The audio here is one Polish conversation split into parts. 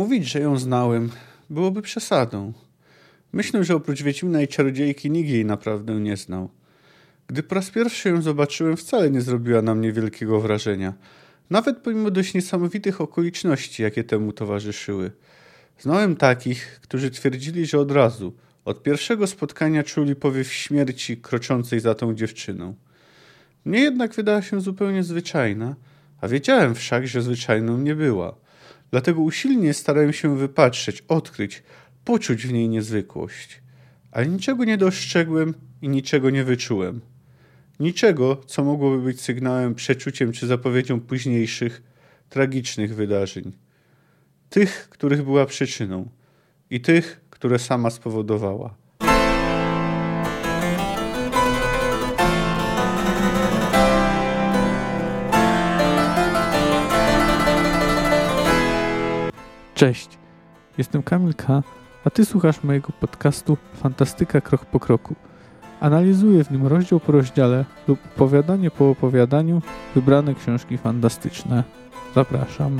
Mówić, że ją znałem, byłoby przesadą. Myślę, że oprócz Wiedźmina i Czarodziejki nikt jej naprawdę nie znał. Gdy po raz pierwszy ją zobaczyłem, wcale nie zrobiła na mnie wielkiego wrażenia. Nawet pomimo dość niesamowitych okoliczności, jakie temu towarzyszyły. Znałem takich, którzy twierdzili, że od razu, od pierwszego spotkania czuli powiew śmierci kroczącej za tą dziewczyną. Mnie jednak wydała się zupełnie zwyczajna, a wiedziałem wszak, że zwyczajną nie była. Dlatego usilnie starałem się wypatrzeć, odkryć, poczuć w niej niezwykłość. Ale niczego nie dostrzegłem i niczego nie wyczułem. Niczego, co mogłoby być sygnałem, przeczuciem czy zapowiedzią późniejszych, tragicznych wydarzeń. Tych, których była przyczyną i tych, które sama spowodowała. Cześć, jestem Kamil K., a Ty słuchasz mojego podcastu Fantastyka Krok po Kroku. Analizuję w nim rozdział po rozdziale lub opowiadanie po opowiadaniu wybrane książki fantastyczne. Zapraszam.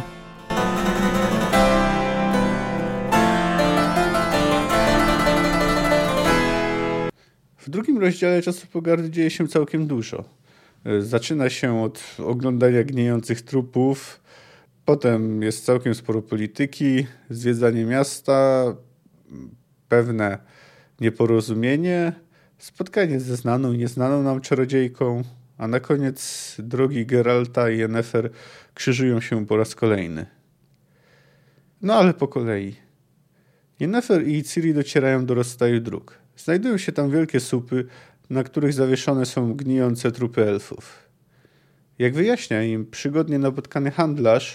W drugim rozdziale Czasu Pogardy dzieje się całkiem dużo. Zaczyna się od oglądania gniejących trupów, potem jest całkiem sporo polityki, zwiedzanie miasta, pewne nieporozumienie, spotkanie ze znaną i nieznaną nam czarodziejką, a na koniec drogi Geralta i Yennefer krzyżują się po raz kolejny. No ale po kolei. Yennefer i Ciri docierają do rozstaju dróg. Znajdują się tam wielkie słupy, na których zawieszone są gnijące trupy elfów. Jak wyjaśnia im przygodnie napotkany handlarz,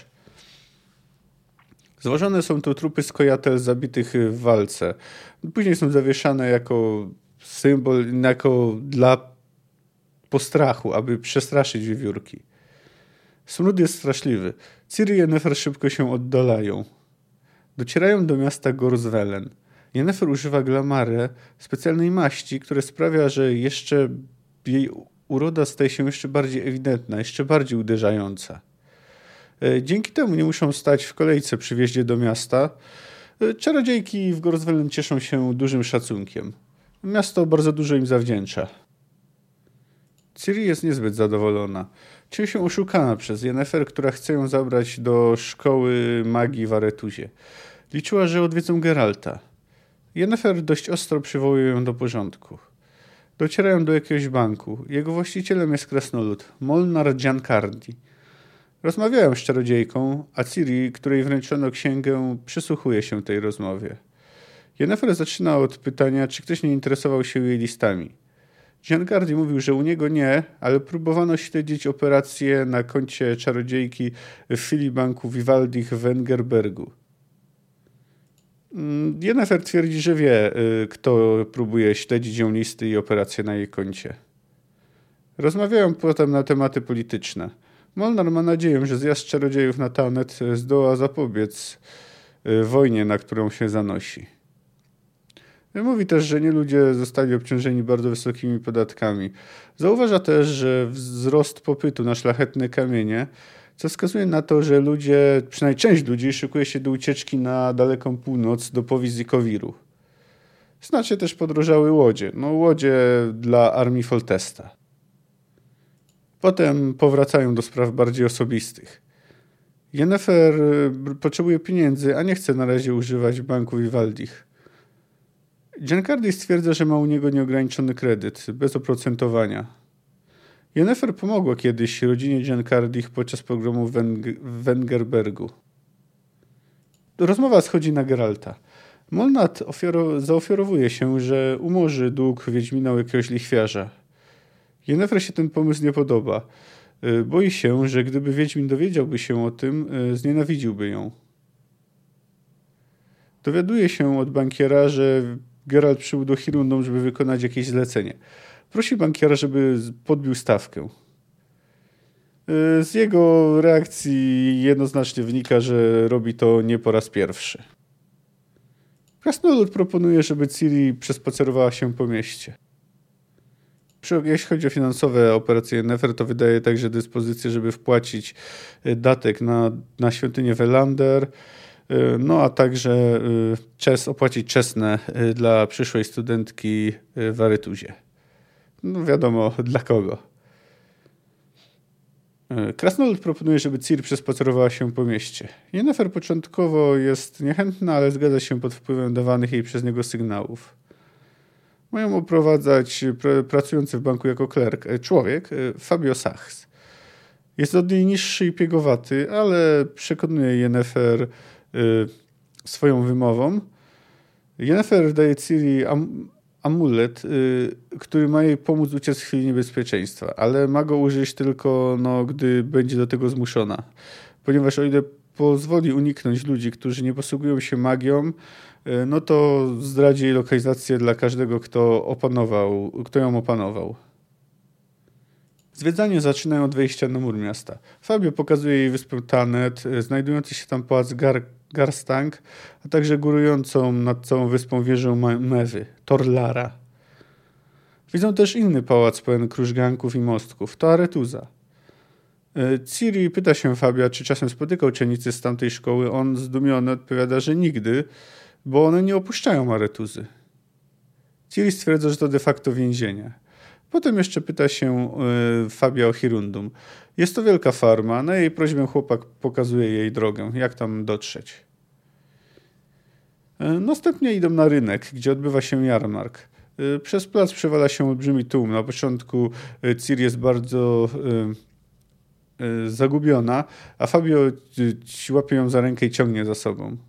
złożone są to trupy skojatel zabitych w walce. Później są zawieszane jako symbol, jako dla postrachu, aby przestraszyć wiewiórki. Smród jest straszliwy. Ciri i Yennefer szybko się oddalają. Docierają do miasta Gorswellen. Yennefer używa Glamare, specjalnej maści, która sprawia, że jeszcze jej uroda staje się jeszcze bardziej ewidentna, jeszcze bardziej uderzająca. Dzięki temu nie muszą stać w kolejce przy wjeździe do miasta. Czarodziejki w Gorswellen cieszą się dużym szacunkiem. Miasto bardzo dużo im zawdzięcza. Ciri jest niezbyt zadowolona. Czuje się oszukana przez Yennefer, która chce ją zabrać do szkoły magii w Aretuzie. Liczyła, że odwiedzą Geralta. Yennefer dość ostro przywołuje ją do porządku. Docierają do jakiegoś banku. Jego właścicielem jest krasnolud, Molnar Giancardi. Rozmawiają z czarodziejką, a Ciri, której wręczono księgę, przysłuchuje się tej rozmowie. Yennefer zaczyna od pytania, czy ktoś nie interesował się jej listami. Giancardi mówił, że u niego nie, ale próbowano śledzić operacje na koncie czarodziejki w filibanku Vivaldich w Wengerbergu. Yennefer twierdzi, że wie, kto próbuje śledzić ją listy i operacje na jej koncie. Rozmawiają potem na tematy polityczne. Molnar ma nadzieję, że zjazd czarodziejów na Tawnet zdoła zapobiec wojnie, na którą się zanosi. Mówi też, że nie ludzie zostali obciążeni bardzo wysokimi podatkami. Zauważa też, że wzrost popytu na szlachetne kamienie, co wskazuje na to, że ludzie, przynajmniej część ludzi, szykuje się do ucieczki na daleką północ, do Powis i Kowiru. Znacznie też podrożały łodzie. Łodzie dla armii Foltesta. Potem powracają do spraw bardziej osobistych. Yennefer potrzebuje pieniędzy, a nie chce na razie używać banku Vivaldich. Giancardi stwierdza, że ma u niego nieograniczony kredyt, bez oprocentowania. Yennefer pomogła kiedyś rodzinie Giancardich podczas pogromu w Wengerbergu. Rozmowa schodzi na Geralta. Molnar zaofiarowuje się, że umorzy dług Wiedźmina u jakiegoś lichwiarza. Yennefer się ten pomysł nie podoba. Boi się, że gdyby Wiedźmin dowiedziałby się o tym, znienawidziłby ją. Dowiaduje się od bankiera, że Geralt przybył do Hirundum, żeby wykonać jakieś zlecenie. Prosi bankiera, żeby podbił stawkę. Z jego reakcji jednoznacznie wynika, że robi to nie po raz pierwszy. Krasnolud proponuje, żeby Ciri przespacerowała się po mieście. Jeśli chodzi o finansowe operacje Yennefer, to wydaje także dyspozycję, żeby wpłacić datek na świątynię Welander, No a także opłacić czesne dla przyszłej studentki w Aretuzie. No wiadomo dla kogo. Krasnolud proponuje, żeby Ciri przespacerowała się po mieście. Yennefer początkowo jest niechętna, ale zgadza się pod wpływem dawanych jej przez niego sygnałów. Mają oprowadzać pracujący w banku jako klerk człowiek, Fabio Sachs. Jest od niej niższy i piegowaty, ale przekonuje Yennefer swoją wymową. Yennefer daje Ciri amulet, który ma jej pomóc uciec w chwili niebezpieczeństwa, ale ma go użyć tylko, gdy będzie do tego zmuszona. Ponieważ o ile pozwoli uniknąć ludzi, którzy nie posługują się magią, no to zdradzi jej lokalizację dla każdego, kto ją opanował. Zwiedzanie zaczynają od wejścia na mur miasta. Fabio pokazuje jej wyspę Tannet, znajdujący się tam pałac Garstang, a także górującą nad całą wyspą wieżę Mewy, Torlara. Widzą też inny pałac pełen krużganków i mostków, to Aretuza. Ciri pyta się Fabia, czy czasem spotykał uczennicy z tamtej szkoły. On zdumiony odpowiada, że nigdy, bo one nie opuszczają Aretuzy. Ciri stwierdza, że to de facto więzienie. Potem jeszcze pyta się Fabia o Hirundum. Jest to wielka farma. Na jej prośbę chłopak pokazuje jej drogę, jak tam dotrzeć. Następnie idą na rynek, gdzie odbywa się jarmark. Przez plac przewala się olbrzymi tłum. Na początku Ciri jest bardzo zagubiona, a Fabio łapie ją za rękę i ciągnie za sobą.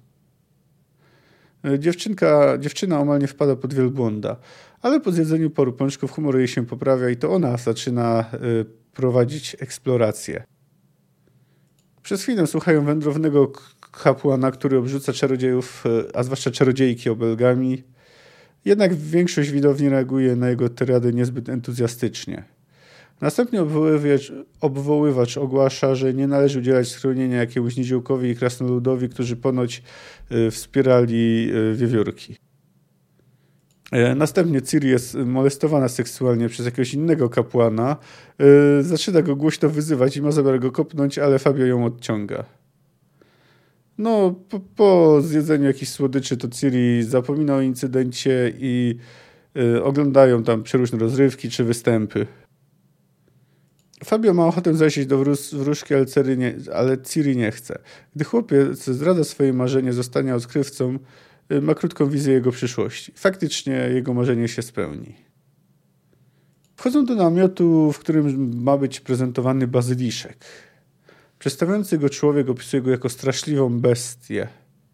Dziewczyna omal nie wpada pod wielbłąda, ale po zjedzeniu paru pączków humor jej się poprawia i to ona zaczyna prowadzić eksplorację. Przez chwilę słuchają wędrownego kapłana, który obrzuca czarodziejów, a zwłaszcza czarodziejki obelgami. Jednak większość widowni reaguje na jego tyradę niezbyt entuzjastycznie. Następnie obwoływacz ogłasza, że nie należy udzielać schronienia jakiemuś niziołkowi i krasnoludowi, którzy ponoć wspierali wiewiórki. Następnie Ciri jest molestowana seksualnie przez jakiegoś innego kapłana. Zaczyna go głośno wyzywać i ma zamiar go kopnąć, ale Fabio ją odciąga. Po zjedzeniu jakichś słodyczy to Ciri zapomina o incydencie i oglądają tam przeróżne rozrywki czy występy. Fabio ma ochotę zajrzeć do wróżki, ale Ciri nie chce. Gdy chłopiec zdradza swoje marzenie, zostania odkrywcą, ma krótką wizję jego przyszłości. Faktycznie jego marzenie się spełni. Wchodzą do namiotu, w którym ma być prezentowany bazyliszek. Przedstawiający go człowiek opisuje go jako straszliwą bestię.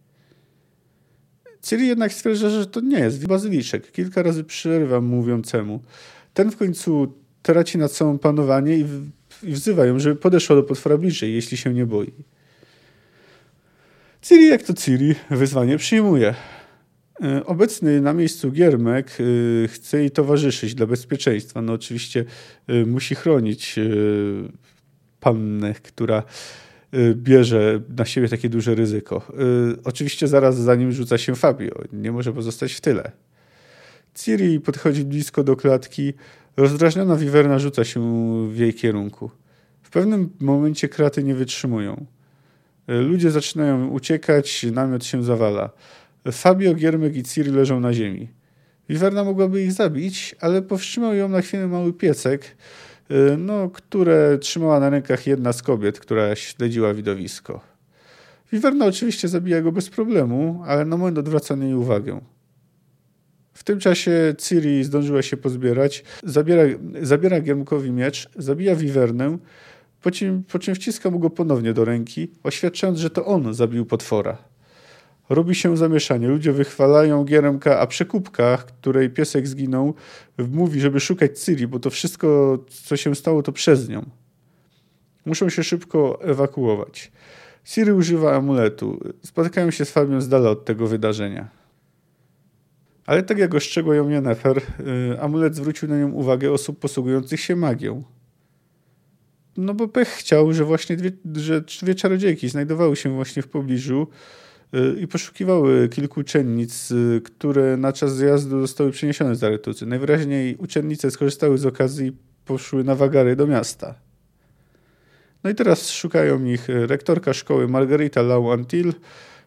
Ciri jednak stwierdza, że to nie jest bazyliszek. Kilka razy przerywa mówiącemu. Ten w końcu traci nad sobą panowanie i wzywa ją, żeby podeszła do potwora bliżej, jeśli się nie boi. Ciri jak to Ciri wyzwanie przyjmuje. Obecny na miejscu Giermek chce jej towarzyszyć dla bezpieczeństwa. Oczywiście musi chronić pannę, która bierze na siebie takie duże ryzyko. Oczywiście zaraz za nim rzuca się Fabio. Nie może pozostać w tyle. Ciri podchodzi blisko do klatki. Rozdrażniona wiwerna rzuca się w jej kierunku. W pewnym momencie kraty nie wytrzymują. Ludzie zaczynają uciekać, namiot się zawala. Fabio, Giermek i Ciri leżą na ziemi. Wiwerna mogłaby ich zabić, ale powstrzymał ją na chwilę mały piecek, które trzymała na rękach jedna z kobiet, która śledziła widowisko. Wiwerna oczywiście zabija go bez problemu, ale na moment odwraca na jej uwagę. W tym czasie Ciri zdążyła się pozbierać, zabiera Giermkowi miecz, zabija wiwernę, po czym wciska mu go ponownie do ręki, oświadczając, że to on zabił potwora. Robi się zamieszanie. Ludzie wychwalają Giermka, a przekupka, której piesek zginął, mówi, żeby szukać Ciri, bo to wszystko, co się stało, to przez nią. Muszą się szybko ewakuować. Ciri używa amuletu. Spotykają się z Fabią z dala od tego wydarzenia. Ale tak jak ostrzegła ją Yennefer, amulet zwrócił na nią uwagę osób posługujących się magią. Bo pech chciał, że właśnie dwie czarodziejki znajdowały się właśnie w pobliżu i poszukiwały kilku uczennic, które na czas zjazdu zostały przeniesione z Aretuzy. Najwyraźniej uczennice skorzystały z okazji i poszły na wagary do miasta. I teraz szukają ich rektorka szkoły Margarita Lau-Antil,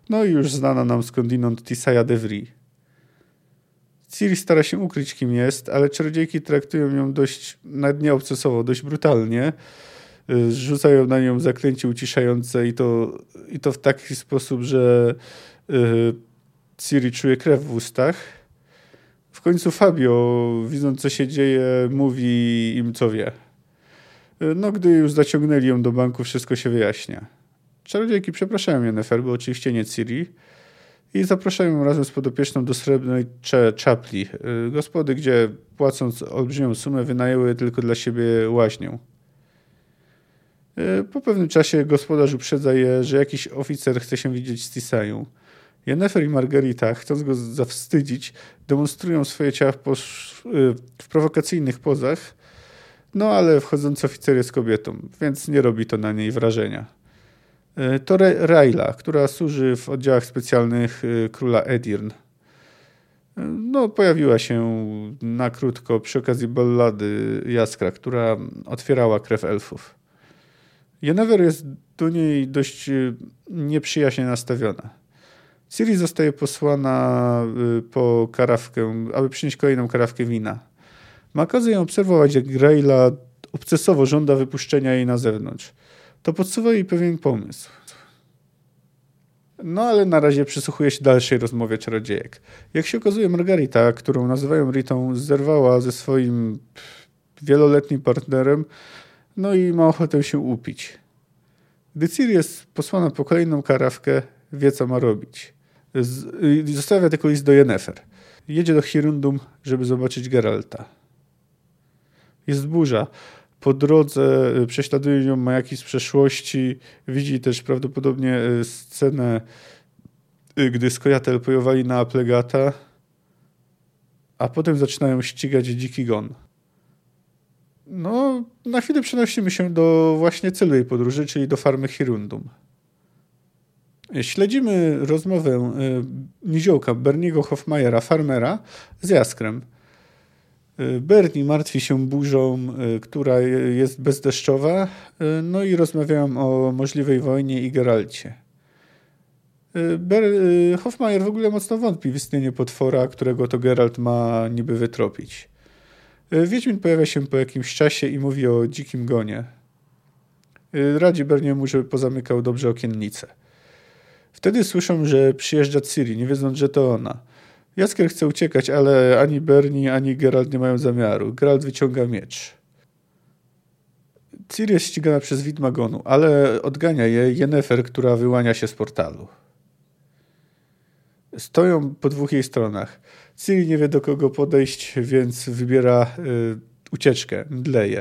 No i już znana nam skądinąd Tissaia DeVry. Ciri stara się ukryć, kim jest, ale czarodziejki traktują ją dość, nawet nie obcesowo, dość brutalnie. Rzucają na nią zaklęcie uciszające i to w taki sposób, że Ciri czuje krew w ustach. W końcu Fabio, widząc co się dzieje, mówi im co wie. No, gdy już zaciągnęli ją do banku, wszystko się wyjaśnia. Czarodziejki przepraszają Yennefer, bo oczywiście nie Ciri, i zapraszają ją razem z podopieczną do srebrnej czapli, gospody, gdzie płacąc olbrzymią sumę wynajęły tylko dla siebie łaźnię. Po pewnym czasie gospodarz uprzedza je, że jakiś oficer chce się widzieć z Tissaią. Yennefer i Margarita, chcąc go zawstydzić, demonstrują swoje ciała w prowokacyjnych pozach, no ale wchodzący oficer jest kobietą, więc nie robi to na niej wrażenia. To Rayla, która służy w oddziałach specjalnych króla Edirn. No, pojawiła się na krótko przy okazji ballady Jaskra, która otwierała krew elfów. Yennefer jest do niej dość nieprzyjaźnie nastawiona. Ciri zostaje posłana po karawkę, aby przynieść kolejną karawkę wina. Ma okazję ją obserwować, jak Rayla obcesowo żąda wypuszczenia jej na zewnątrz. To podsuwa jej pewien pomysł. No ale na razie przysłuchuje się dalszej rozmowie czarodziejek. Jak się okazuje, Margarita, którą nazywają Ritą, zerwała ze swoim wieloletnim partnerem, no i ma ochotę się upić. Gdy Ciri jest posłana po kolejną karawkę, wie co ma robić. Zostawia tylko list do Yennefer. Jedzie do Hirundum, żeby zobaczyć Geralta. Jest burza. Po drodze prześladują ją majaki z przeszłości. Widzi też prawdopodobnie scenę, gdy Skojatel polowali na Aplegata, a potem zaczynają ścigać dziki gon. No, na chwilę przenosimy się do właśnie celu jej podróży, czyli do farmy Hirundum. Śledzimy rozmowę niziołka Berniego Hofmajera, farmera, z Jaskrem. Bernie martwi się burzą, która jest bezdeszczowa, no i rozmawiałem o możliwej wojnie i Geralcie. Hofmajer w ogóle mocno wątpi w istnienie potwora, którego to Geralt ma niby wytropić. Wiedźmin pojawia się po jakimś czasie i mówi o dzikim gonie. Radzi Berniemu, żeby pozamykał dobrze okiennice. Wtedy słyszą, że przyjeżdża Ciri, nie wiedząc, że to ona. Jaskier chce uciekać, ale ani Bernie, ani Geralt nie mają zamiaru. Geralt wyciąga miecz. Ciri jest ścigana przez widma gonu, ale odgania je Yennefer, która wyłania się z portalu. Stoją po dwóch jej stronach. Ciri nie wie, do kogo podejść, więc wybiera ucieczkę, mdleje.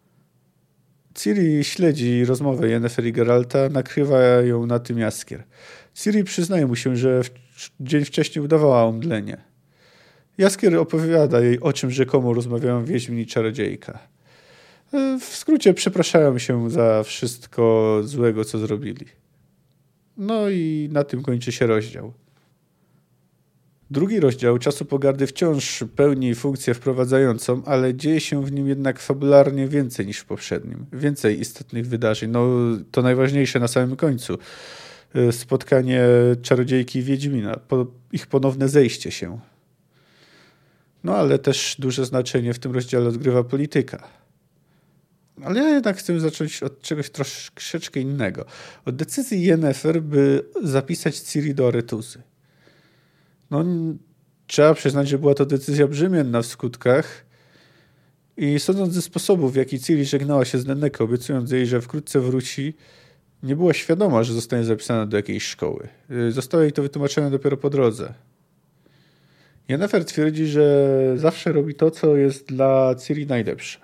Ciri śledzi rozmowę Yennefer i Geralta, nakrywa ją na tym Jaskier. Ciri przyznaje mu się, że dzień wcześniej udawała omdlenie. Jaskier opowiada jej, o czym rzekomo rozmawiają Wiedźmin i czarodziejka. W skrócie przepraszają się za wszystko złego, co zrobili. No i na tym kończy się rozdział. Drugi rozdział Czasu Pogardy wciąż pełni funkcję wprowadzającą, ale dzieje się w nim jednak fabularnie więcej niż w poprzednim. Więcej istotnych wydarzeń. No, to najważniejsze na samym końcu. Spotkanie czarodziejki i Wiedźmina. Ich ponowne zejście się. No ale też duże znaczenie w tym rozdziale odgrywa polityka. Ale ja jednak chcę zacząć od czegoś troszeczkę innego. Od decyzji Yennefer, by zapisać Ciri do Aretuzy. No, trzeba przyznać, że była to decyzja brzemienna w skutkach i sądząc ze sposobu, w jaki Ciri żegnała się z Nenneką, obiecując jej, że wkrótce wróci, nie była świadoma, że zostanie zapisana do jakiejś szkoły. Zostało jej to wytłumaczone dopiero po drodze. Yennefer twierdzi, że zawsze robi to, co jest dla Ciri najlepsze.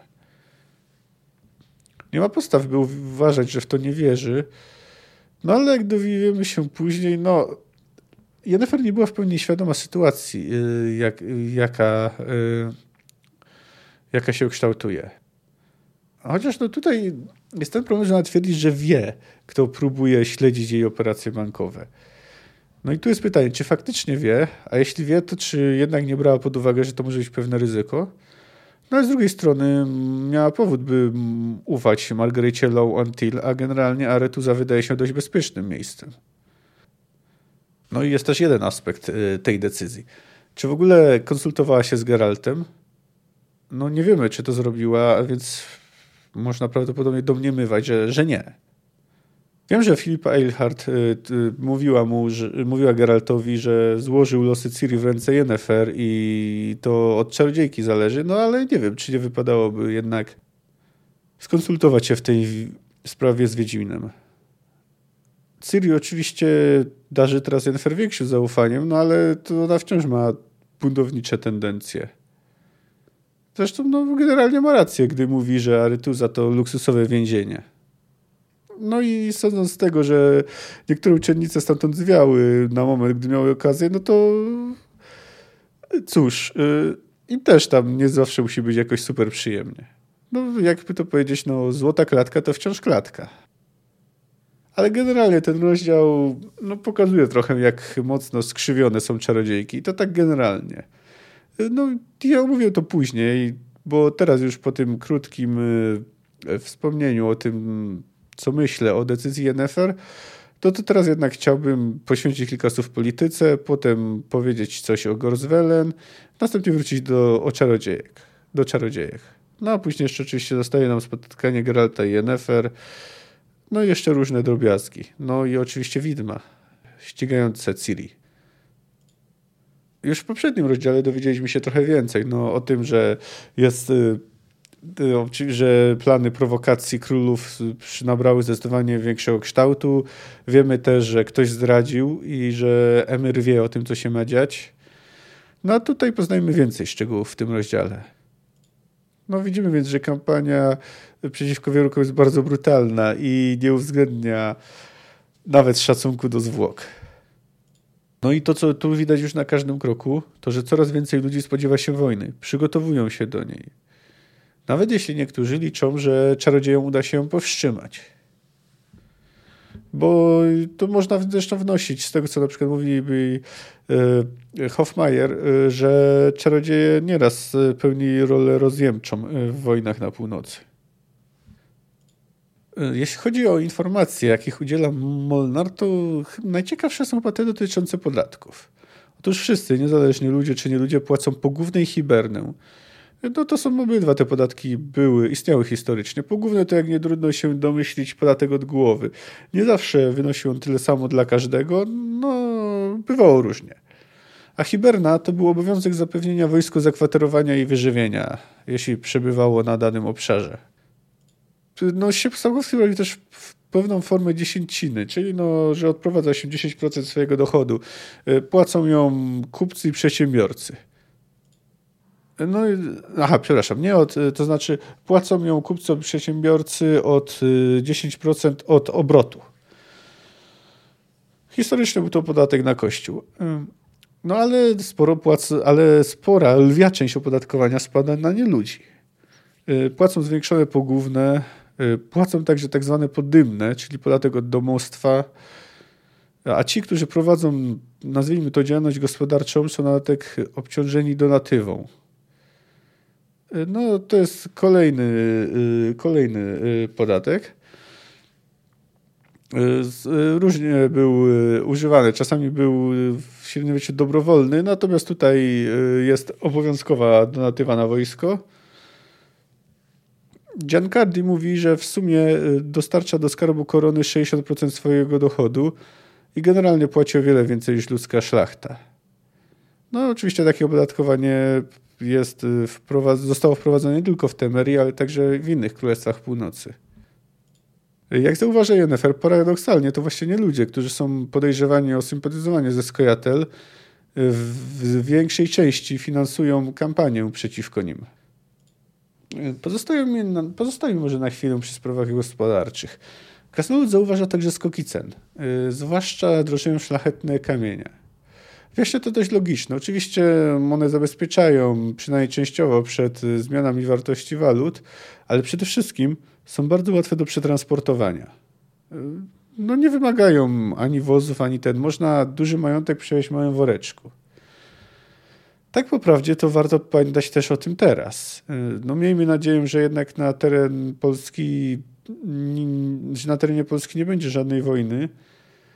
Nie ma podstaw, by uważać, że w to nie wierzy, no ale jak dowiemy się później, no Yennefer nie była w pełni świadoma sytuacji, jaka się kształtuje. Chociaż no tutaj jest ten problem, że ona twierdzi, że wie, kto próbuje śledzić jej operacje bankowe. No i tu jest pytanie, czy faktycznie wie, a jeśli wie, to czy jednak nie brała pod uwagę, że to może być pewne ryzyko? No ale z drugiej strony miała powód, by ufać Margarycie Low Until, a generalnie Aretuza wydaje się dość bezpiecznym miejscem. No i jest też jeden aspekt tej decyzji. Czy w ogóle konsultowała się z Geraltem? No nie wiemy, czy to zrobiła, więc można prawdopodobnie domniemywać, że nie. Wiem, że Filipa Eilhart mówiła Geraltowi, że złożył losy Ciri w ręce Yennefer i to od czarodziejki zależy, no ale nie wiem, czy nie wypadałoby jednak skonsultować się w tej sprawie z Wiedźminem. Ciri oczywiście darzy teraz Yennefer większym zaufaniem, no ale to ona wciąż ma buntownicze tendencje. Zresztą no, generalnie ma rację, gdy mówi, że Aretuza to luksusowe więzienie. No i sądząc z tego, że niektóre uczennice stamtąd zwiały na moment, gdy miały okazję, no to cóż, im też tam nie zawsze musi być jakoś super przyjemnie. No jakby to powiedzieć, no złota klatka to wciąż klatka. Ale generalnie ten rozdział no, pokazuje trochę, jak mocno skrzywione są czarodziejki. I to tak generalnie. No ja omówię to później, bo teraz już po tym krótkim wspomnieniu o tym, co myślę o decyzji Yennefer, to teraz jednak chciałbym poświęcić kilka słów polityce, potem powiedzieć coś o Gorswellen, następnie wrócić do czarodziejek. No a później jeszcze oczywiście zostaje nam spotkanie Geralta i Yennefer, no i jeszcze różne drobiazgi. No i oczywiście widma ścigające Ciri. Już w poprzednim rozdziale dowiedzieliśmy się trochę więcej o tym, że że plany prowokacji królów nabrały zdecydowanie większego kształtu. Wiemy też, że ktoś zdradził i że Emir wie o tym, co się ma dziać. No a tutaj poznajemy więcej szczegółów w tym rozdziale. No widzimy więc, że kampania przeciwko Wierukom jest bardzo brutalna i nie uwzględnia nawet szacunku do zwłok. No i to, co tu widać już na każdym kroku, to, że coraz więcej ludzi spodziewa się wojny, przygotowują się do niej. Nawet jeśli niektórzy liczą, że czarodziejom uda się ją powstrzymać. Bo to można zresztą wnosić z tego, co na przykład mówiliby Hofmeier, że czarodzieje nieraz pełnili rolę rozjemczą w wojnach na północy. Jeśli chodzi o informacje, jakich udziela Molnar, to najciekawsze są te dotyczące podatków. Otóż wszyscy, niezależnie ludzie czy nie ludzie, płacą pogłówne i hibernę. No to są obydwa te podatki istniały historycznie. Pogłówne to jak nie trudno się domyślić podatek od głowy. Nie zawsze wynosił on tyle samo dla każdego, no bywało różnie. A hiberna to był obowiązek zapewnienia wojsku zakwaterowania i wyżywienia, jeśli przebywało na danym obszarze. No Siephsawowski robi też pewną formę dziesięciny, czyli że odprowadza się 10% swojego dochodu. Płacą ją kupcy i przedsiębiorcy. To znaczy płacą ją kupcy i przedsiębiorcy od 10% od obrotu. Historycznie był to podatek na kościół. No ale spora, lwia część opodatkowania spada na nieludzi. Płacą zwiększone pogłówne, płacą także tak zwane podymne, czyli podatek od domostwa, a ci, którzy prowadzą, nazwijmy to, działalność gospodarczą, są na dodatek obciążeni donatywą. No to jest kolejny podatek. Różnie był używany. Czasami był w średniowieczu dobrowolny, natomiast tutaj jest obowiązkowa donatywa na wojsko. Giancardi mówi, że w sumie dostarcza do skarbu korony 60% swojego dochodu i generalnie płaci o wiele więcej niż ludzka szlachta. No oczywiście takie opodatkowanie zostało wprowadzone nie tylko w Temerii, ale także w innych królestwach północy. Jak zauważa Yennefer, paradoksalnie to właśnie nie ludzie, którzy są podejrzewani o sympatyzowanie ze Scoia'tael, w większej części finansują kampanię przeciwko nim. Pozostajmy może na chwilę przy sprawach gospodarczych. Krasnolud zauważa także skoki cen, zwłaszcza drożeją szlachetne kamienie. Wyjaśnia to dość logiczne. Oczywiście one zabezpieczają przynajmniej częściowo przed zmianami wartości walut, ale przede wszystkim są bardzo łatwe do przetransportowania. No nie wymagają ani wozów, ani można duży majątek przewieźć w małym woreczku. Tak po prawdzie to warto pamiętać też o tym teraz. No miejmy nadzieję, że jednak na terenie Polski nie będzie żadnej wojny,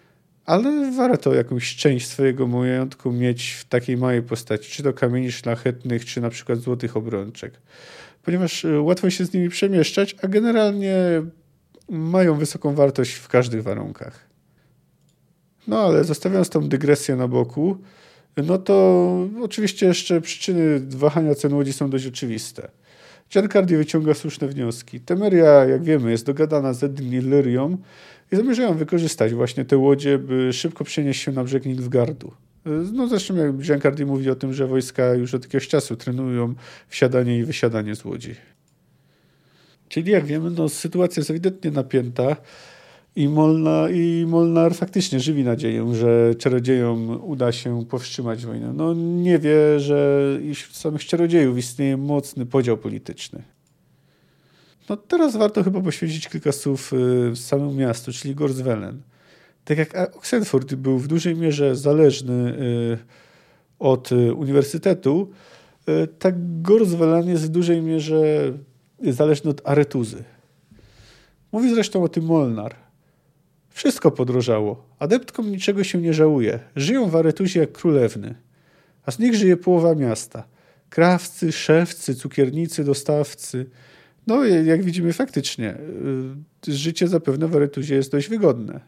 ale warto jakąś część swojego majątku mieć w takiej małej postaci, czy to kamieni szlachetnych, czy na przykład złotych obrączek, ponieważ łatwo się z nimi przemieszczać, a generalnie mają wysoką wartość w każdych warunkach. No ale zostawiając tą dygresję na boku, no to oczywiście jeszcze przyczyny wahania cen łodzi są dość oczywiste. Giancardi wyciąga słuszne wnioski. Temeria, jak wiemy, jest dogadana z Edyn i Lyrią i zamierzają wykorzystać właśnie te łodzie, by szybko przenieść się na brzeg Nilfgaardu. No zresztą jak Giancardi mówi o tym, że wojska już od jakiegoś czasu trenują wsiadanie i wysiadanie z łodzi. Czyli jak wiemy, no sytuacja jest ewidentnie napięta i Molnar faktycznie żywi nadzieję, że czarodziejom uda się powstrzymać wojnę. No nie wie, że i wśród samych czarodziejów istnieje mocny podział polityczny. No teraz warto chyba poświęcić kilka słów samemu miastu, czyli Gorswellen. Tak jak Oxenford był w dużej mierze zależny od uniwersytetu, tak Gorswellen jest w dużej mierze zależny od Aretuzy. Mówi zresztą o tym Molnar. Wszystko podrożało. Adeptkom niczego się nie żałuje. Żyją w Aretuzie jak królewny. A z nich żyje połowa miasta. Krawcy, szewcy, cukiernicy, dostawcy. No jak widzimy faktycznie, życie zapewne w Aretuzie jest dość wygodne.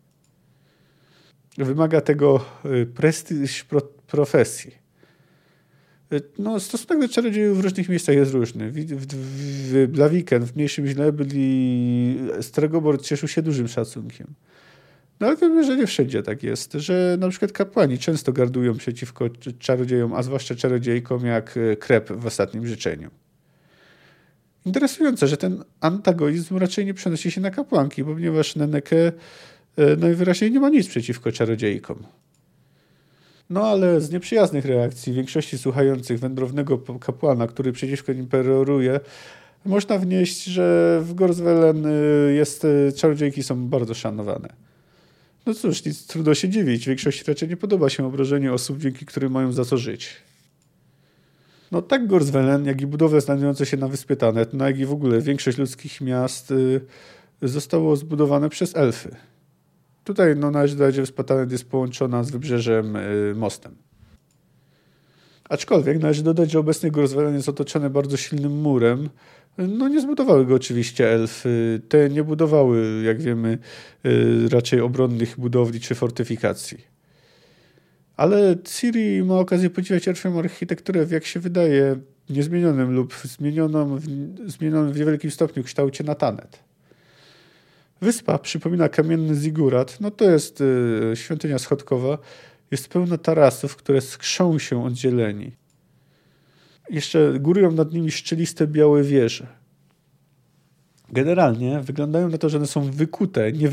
Wymaga tego prestiż profesji. No, stosunek do czarodziejów w różnych miejscach jest różny. W Blaviken, w Mniejszym Źle, byli Stregobor cieszył się dużym szacunkiem. No ale wiemy, że nie wszędzie tak jest, że na przykład kapłani często gardują przeciwko czarodziejom, a zwłaszcza czarodziejkom jak Krep w Ostatnim Życzeniu. Interesujące, że ten antagonizm raczej nie przenosi się na kapłanki, ponieważ Nenneke najwyraźniej nie ma nic przeciwko czarodziejkom. No ale z nieprzyjaznych reakcji większości słuchających wędrownego kapłana, który przeciwko nim peroruje, można wnieść, że w Gorswellen czarodziejki są bardzo szanowane. No cóż, nic trudno się dziwić. Większości raczej nie podoba się obrażenie osób, dzięki którym mają za co żyć. No tak Gorswellen, jak i budowle znajdujące się na wyspie Tannet, no jak i w ogóle większość ludzkich miast zostało zbudowane przez elfy. Tutaj należy dodać, że wyspa Tannet jest połączona z wybrzeżem mostem. Aczkolwiek należy dodać, że obecny Gorswellen jest otoczony bardzo silnym murem. No nie zbudowały go oczywiście elfy. Te nie budowały, jak wiemy, raczej obronnych budowli czy fortyfikacji. Ale Ciri ma okazję podziwiać elfią architekturę w, jak się wydaje, niezmienionym lub zmienionym w niewielkim stopniu kształcie na Tannet. Wyspa przypomina kamienny zigurat, no to jest świątynia schodkowa, jest pełna tarasów, które skrzą się od zieleni. Jeszcze górują nad nimi szczeliste białe wieże. Generalnie wyglądają na to, że one są wykute, nie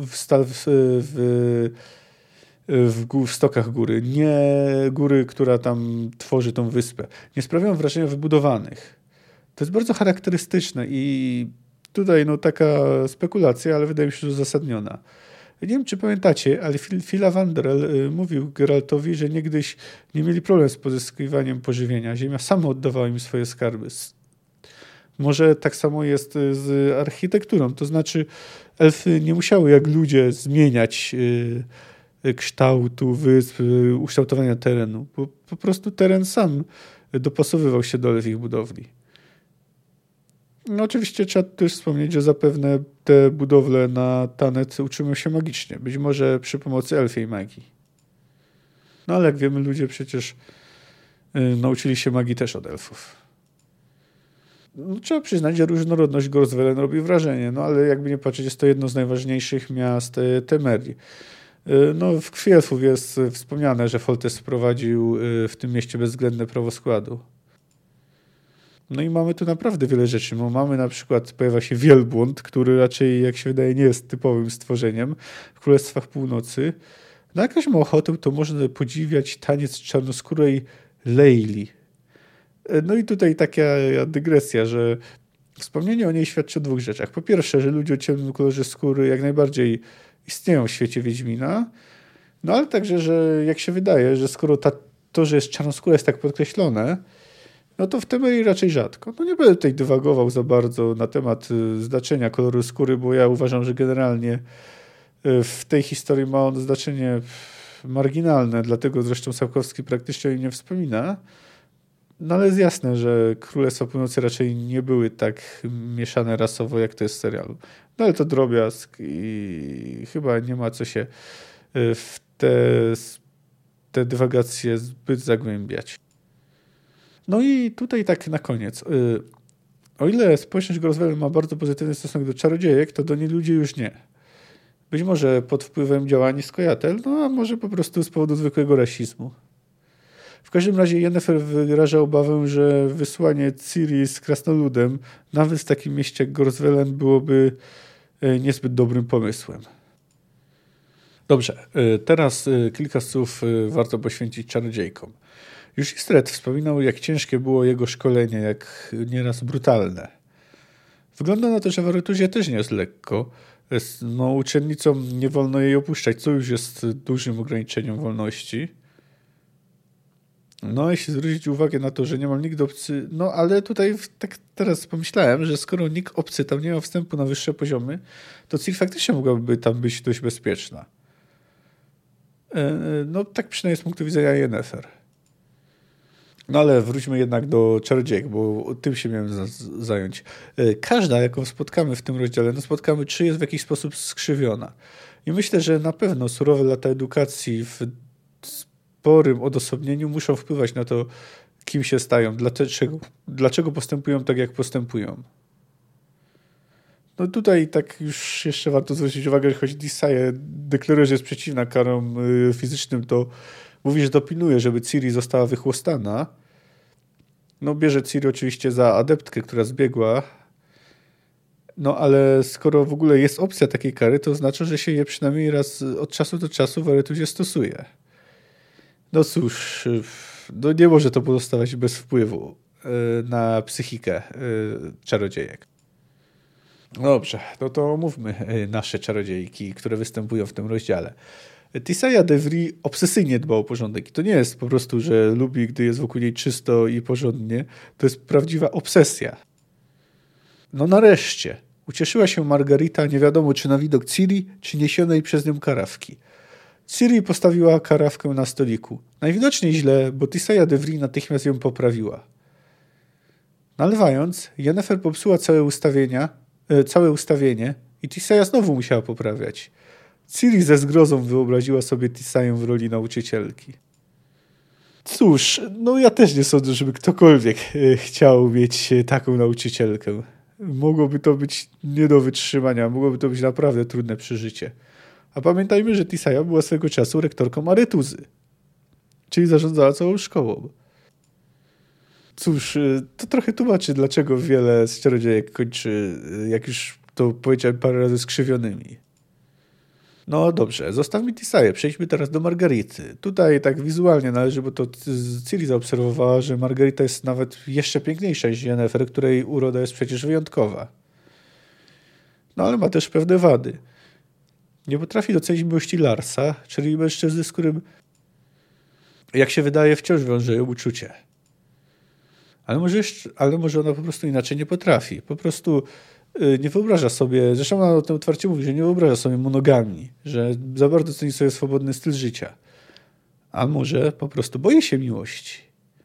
w stokach góry, nie góry, która tam tworzy tą wyspę. Nie sprawiają wrażenia wybudowanych. To jest bardzo charakterystyczne i tutaj taka spekulacja, ale wydaje mi się, że uzasadniona. Nie wiem, czy pamiętacie, ale Filavandrel mówił Geraltowi, że niegdyś nie mieli problem z pozyskiwaniem pożywienia. Ziemia sama oddawała im swoje skarby. Może tak samo jest z architekturą. To znaczy elfy nie musiały jak ludzie zmieniać kształtu wysp, ukształtowania terenu. Bo po prostu teren sam dopasowywał się do elfich budowli. No oczywiście trzeba też wspomnieć, że zapewne te budowle na Tannet utrzymują się magicznie. Być może przy pomocy elfiej magii. No ale jak wiemy, ludzie przecież nauczyli się magii też od elfów. No, trzeba przyznać, że różnorodność Gorswellen robi wrażenie, no ale jakby nie patrzeć, jest to jedno z najważniejszych miast Temerii. No, w krwi elfów jest wspomniane, że Foltest wprowadził w tym mieście bezwzględne prawo składu. No i mamy tu naprawdę wiele rzeczy. Bo mamy na przykład, pojawia się wielbłąd, który raczej, jak się wydaje, nie jest typowym stworzeniem w Królestwach Północy. No jak ktoś ma ochotę, to można podziwiać taniec czarnoskórej Leili. No i tutaj taka dygresja, że wspomnienie o niej świadczy o dwóch rzeczach. Po pierwsze, że ludzie o ciemnym kolorze skóry jak najbardziej istnieją w świecie Wiedźmina, no ale także, że jak się wydaje, że skoro to, że jest czarnoskóra jest tak podkreślone, no to w Temerii raczej rzadko. No nie będę tutaj dywagował za bardzo na temat znaczenia koloru skóry, bo ja uważam, że generalnie W tej historii ma on znaczenie marginalne, dlatego zresztą Sapkowski praktycznie o nim nie wspomina. No ale jest jasne, że Królestwa Północy raczej nie były tak mieszane rasowo, jak to jest w serialu. No ale to drobiazg i chyba nie ma co się w te dywagacje zbyt zagłębiać. No i tutaj tak na koniec. O ile społeczność Groswell ma bardzo pozytywny stosunek do czarodziejek, to do niej ludzie już nie. Być może pod wpływem działań Skojatel, no a może po prostu z powodu zwykłego rasizmu. W każdym razie Yennefer wyraża obawę, że wysłanie Ciri z krasnoludem nawet w takim mieście jak Groswellen byłoby niezbyt dobrym pomysłem. Dobrze, teraz kilka słów warto poświęcić czarodziejkom. Już Istred wspominał, jak ciężkie było jego szkolenie, jak nieraz brutalne. Wygląda na to, że w Aretuzie też nie jest lekko. No, uczennicom nie wolno jej opuszczać, co już jest dużym ograniczeniem wolności. No, jeśli zwrócić uwagę na to, że niemal nikt obcy... No, ale tutaj tak teraz pomyślałem, że skoro nikt obcy tam nie ma wstępu na wyższe poziomy, to Ciri faktycznie mogłaby tam być dość bezpieczna. No, tak przynajmniej z punktu widzenia Yennefer. No, ale wróćmy jednak do czarodziejek, bo tym się miałem zająć. Każda, jaką spotkamy w tym rozdziale, no spotkamy, czy jest w jakiś sposób skrzywiona. I myślę, że na pewno surowe lata edukacji w sporym odosobnieniu muszą wpływać na to, kim się stają, dlaczego postępują tak, jak postępują. No tutaj tak już jeszcze warto zwrócić uwagę, że choć Tissaia deklaruje, że jest przeciwna karom fizycznym, to mówi, że dopilnuje, żeby Ciri została wychłostana. No bierze Ciri oczywiście za adeptkę, która zbiegła. No ale skoro w ogóle jest opcja takiej kary, to oznacza, że się je przynajmniej raz od czasu do czasu w Aretuzie stosuje. No cóż, no nie może to pozostawać bez wpływu na psychikę czarodziejek. Dobrze, no to omówmy nasze czarodziejki, które występują w tym rozdziale. Tissaia DeVry obsesyjnie dba o porządek. I to nie jest po prostu, że lubi, gdy jest wokół niej czysto i porządnie. To jest prawdziwa obsesja. No nareszcie. Ucieszyła się Margarita nie wiadomo czy na widok Ciri, czy niesionej przez nią karawki. Ciri postawiła karawkę na stoliku. Najwidoczniej źle, bo Tissaia DeVry natychmiast ją poprawiła. Nalewając, Yennefer popsuła całe ustawienie i Tissaia znowu musiała poprawiać. Ciri ze zgrozą wyobraziła sobie Tissaię w roli nauczycielki. Cóż, no ja też nie sądzę, żeby ktokolwiek chciał mieć taką nauczycielkę. Mogłoby to być nie do wytrzymania, mogłoby to być naprawdę trudne przeżycie. A pamiętajmy, że Tissaia była swego czasu rektorką Aretuzy, czyli zarządzała całą szkołą. Cóż, to trochę tłumaczy, dlaczego wiele z czarodziejek kończy, jak już to powiedziałem parę razy, skrzywionymi. No dobrze, zostawmy Tissaię, przejdźmy teraz do Margarity. Tutaj tak wizualnie należy, bo to Ciri zaobserwowała, że Margarita jest nawet jeszcze piękniejsza niż Yennefer, której uroda jest przecież wyjątkowa. No ale ma też pewne wady. Nie potrafi docenić miłości Larsa, czyli mężczyzny, z którym, jak się wydaje, wciąż wiąże ją uczucie. Ale może ona po prostu inaczej nie potrafi. Po prostu nie wyobraża sobie, zresztą ona o tym otwarcie mówi, że nie wyobraża sobie monogamii, że za bardzo ceni sobie swobodny styl życia. A może po prostu boi się miłości.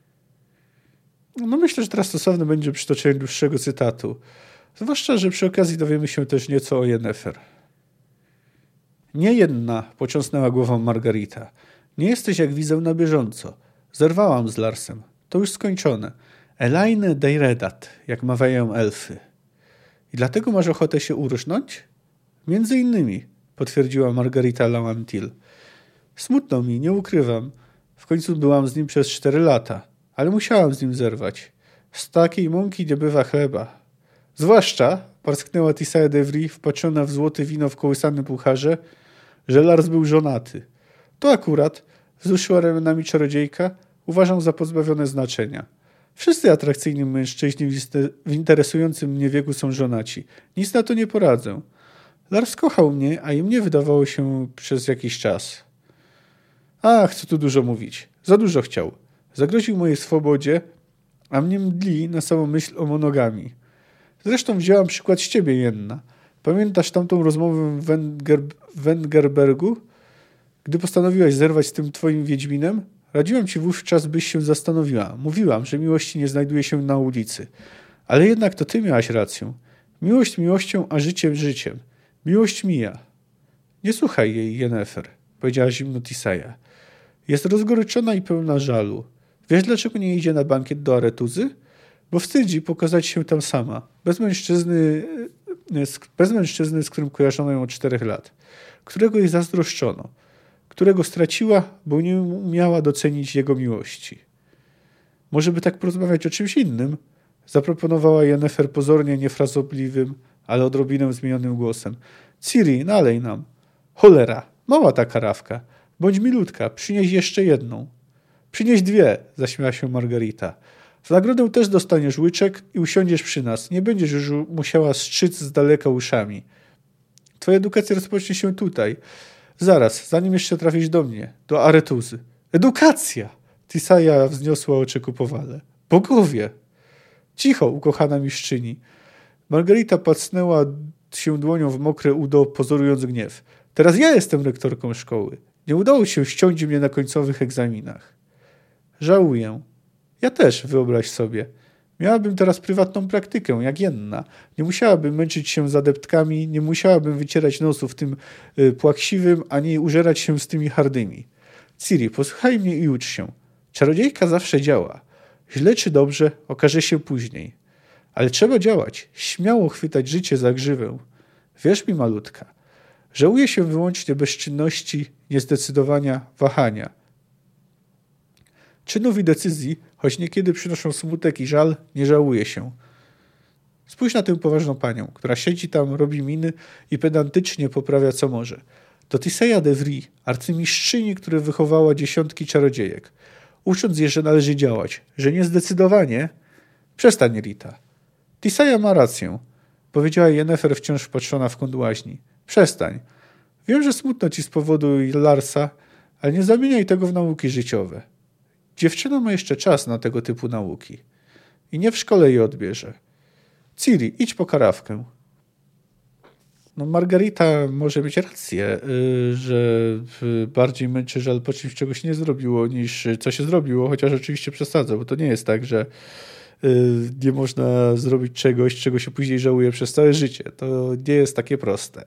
No myślę, że teraz stosowne będzie przytoczenie dłuższego cytatu. Zwłaszcza, że przy okazji dowiemy się też nieco o Yennefer. Nie jedna, począsnęła głową Margarita. Nie jesteś jak widzę na bieżąco. Zerwałam z Larsem. To już skończone. Elaine Deiredat, jak mawiają elfy. I dlatego masz ochotę się urżnąć? Między innymi, potwierdziła Margarita Lamantil. Smutno mi, nie ukrywam. W końcu byłam z nim przez 4 lata, ale musiałam z nim zerwać. Z takiej mąki nie bywa chleba. Zwłaszcza, parsknęła Tissaia DeVry, wpatrzona w złote wino w kołysanym pucharze, że Lars był żonaty. To akurat, wzruszyła ramionami czarodziejka, uważam za pozbawione znaczenia. Wszyscy atrakcyjni mężczyźni w interesującym mnie wieku są żonaci. Nic na to nie poradzę. Lars kochał mnie, a i mnie wydawało się przez jakiś czas. Ach, co tu dużo mówić. Za dużo chciał. Zagroził mojej swobodzie, a mnie mdli na samą myśl o monogamii. Zresztą wzięłam przykład z ciebie, Jenna. Pamiętasz tamtą rozmowę w Wengerbergu? Gdy postanowiłaś zerwać z tym twoim Wiedźminem? Radziłam ci wówczas, byś się zastanowiła. Mówiłam, że miłości nie znajduje się na ulicy. Ale jednak to ty miałaś rację. Miłość miłością, a życiem życiem. Miłość mija. Nie słuchaj jej, Yennefer, powiedziała zimno Tissaia. Jest rozgoryczona i pełna żalu. Wiesz, dlaczego nie idzie na bankiet do Aretuzy? Bo wstydzi pokazać się tam sama. Bez mężczyzny, z którym kojarzono ją od 4 lat. Którego jej zazdroszczono. Którego straciła, bo nie umiała docenić jego miłości. Może by tak porozmawiać o czymś innym? Zaproponowała Yennefer pozornie niefrasobliwym, ale odrobinę zmienionym głosem. Ciri, nalej nam. Cholera, mała ta karawka. Bądź milutka, przynieś jeszcze jedną. Przynieś 2, zaśmiała się Margarita. W nagrodę też dostaniesz łyczek i usiądziesz przy nas. Nie będziesz już musiała strzyc z daleka uszami. Twoja edukacja rozpocznie się tutaj. Zaraz, zanim jeszcze trafisz do mnie, do Aretuzy. Edukacja! Tissaia wzniosła oczy ku powale. Bogowie! Cicho, ukochana mistrzyni. Margarita pacnęła się dłonią w mokre udo, pozorując gniew. Teraz ja jestem rektorką szkoły. Nie udało się ściąć mnie na końcowych egzaminach. Żałuję. Ja też, wyobraź sobie. Miałabym teraz prywatną praktykę, jak Jenna. Nie musiałabym męczyć się z adeptkami, nie musiałabym wycierać nosów tym płaksiwym, ani użerać się z tymi hardymi. Ciri, posłuchaj mnie i ucz się. Czarodziejka zawsze działa. Źle czy dobrze, okaże się później. Ale trzeba działać, śmiało chwytać życie za grzywę. Wierz mi, malutka, żałuję się wyłącznie bezczynności, niezdecydowania, wahania. Czynów i decyzji, choć niekiedy przynoszą smutek i żal, nie żałuje się. Spójrz na tę poważną panią, która siedzi tam, robi miny i pedantycznie poprawia co może. To Tissaia de Vries, arcymistrzyni, która wychowała dziesiątki czarodziejek. Ucząc je, że należy działać, że niezdecydowanie... Przestań, Rita. Tissaia ma rację, powiedziała Yennefer wciąż wpatrzona w kąt łaźni. Przestań. Wiem, że smutno ci z powodu Larsa, ale nie zamieniaj tego w nauki życiowe. Dziewczyna ma jeszcze czas na tego typu nauki. I nie w szkole je odbierze. Ciri, idź po karawkę. No, Margarita może mieć rację, że bardziej męczy żal po czymś, czego się nie zrobiło, niż co się zrobiło, chociaż oczywiście przesadza, bo to nie jest tak, że nie można zrobić czegoś, czego się później żałuje przez całe życie. To nie jest takie proste.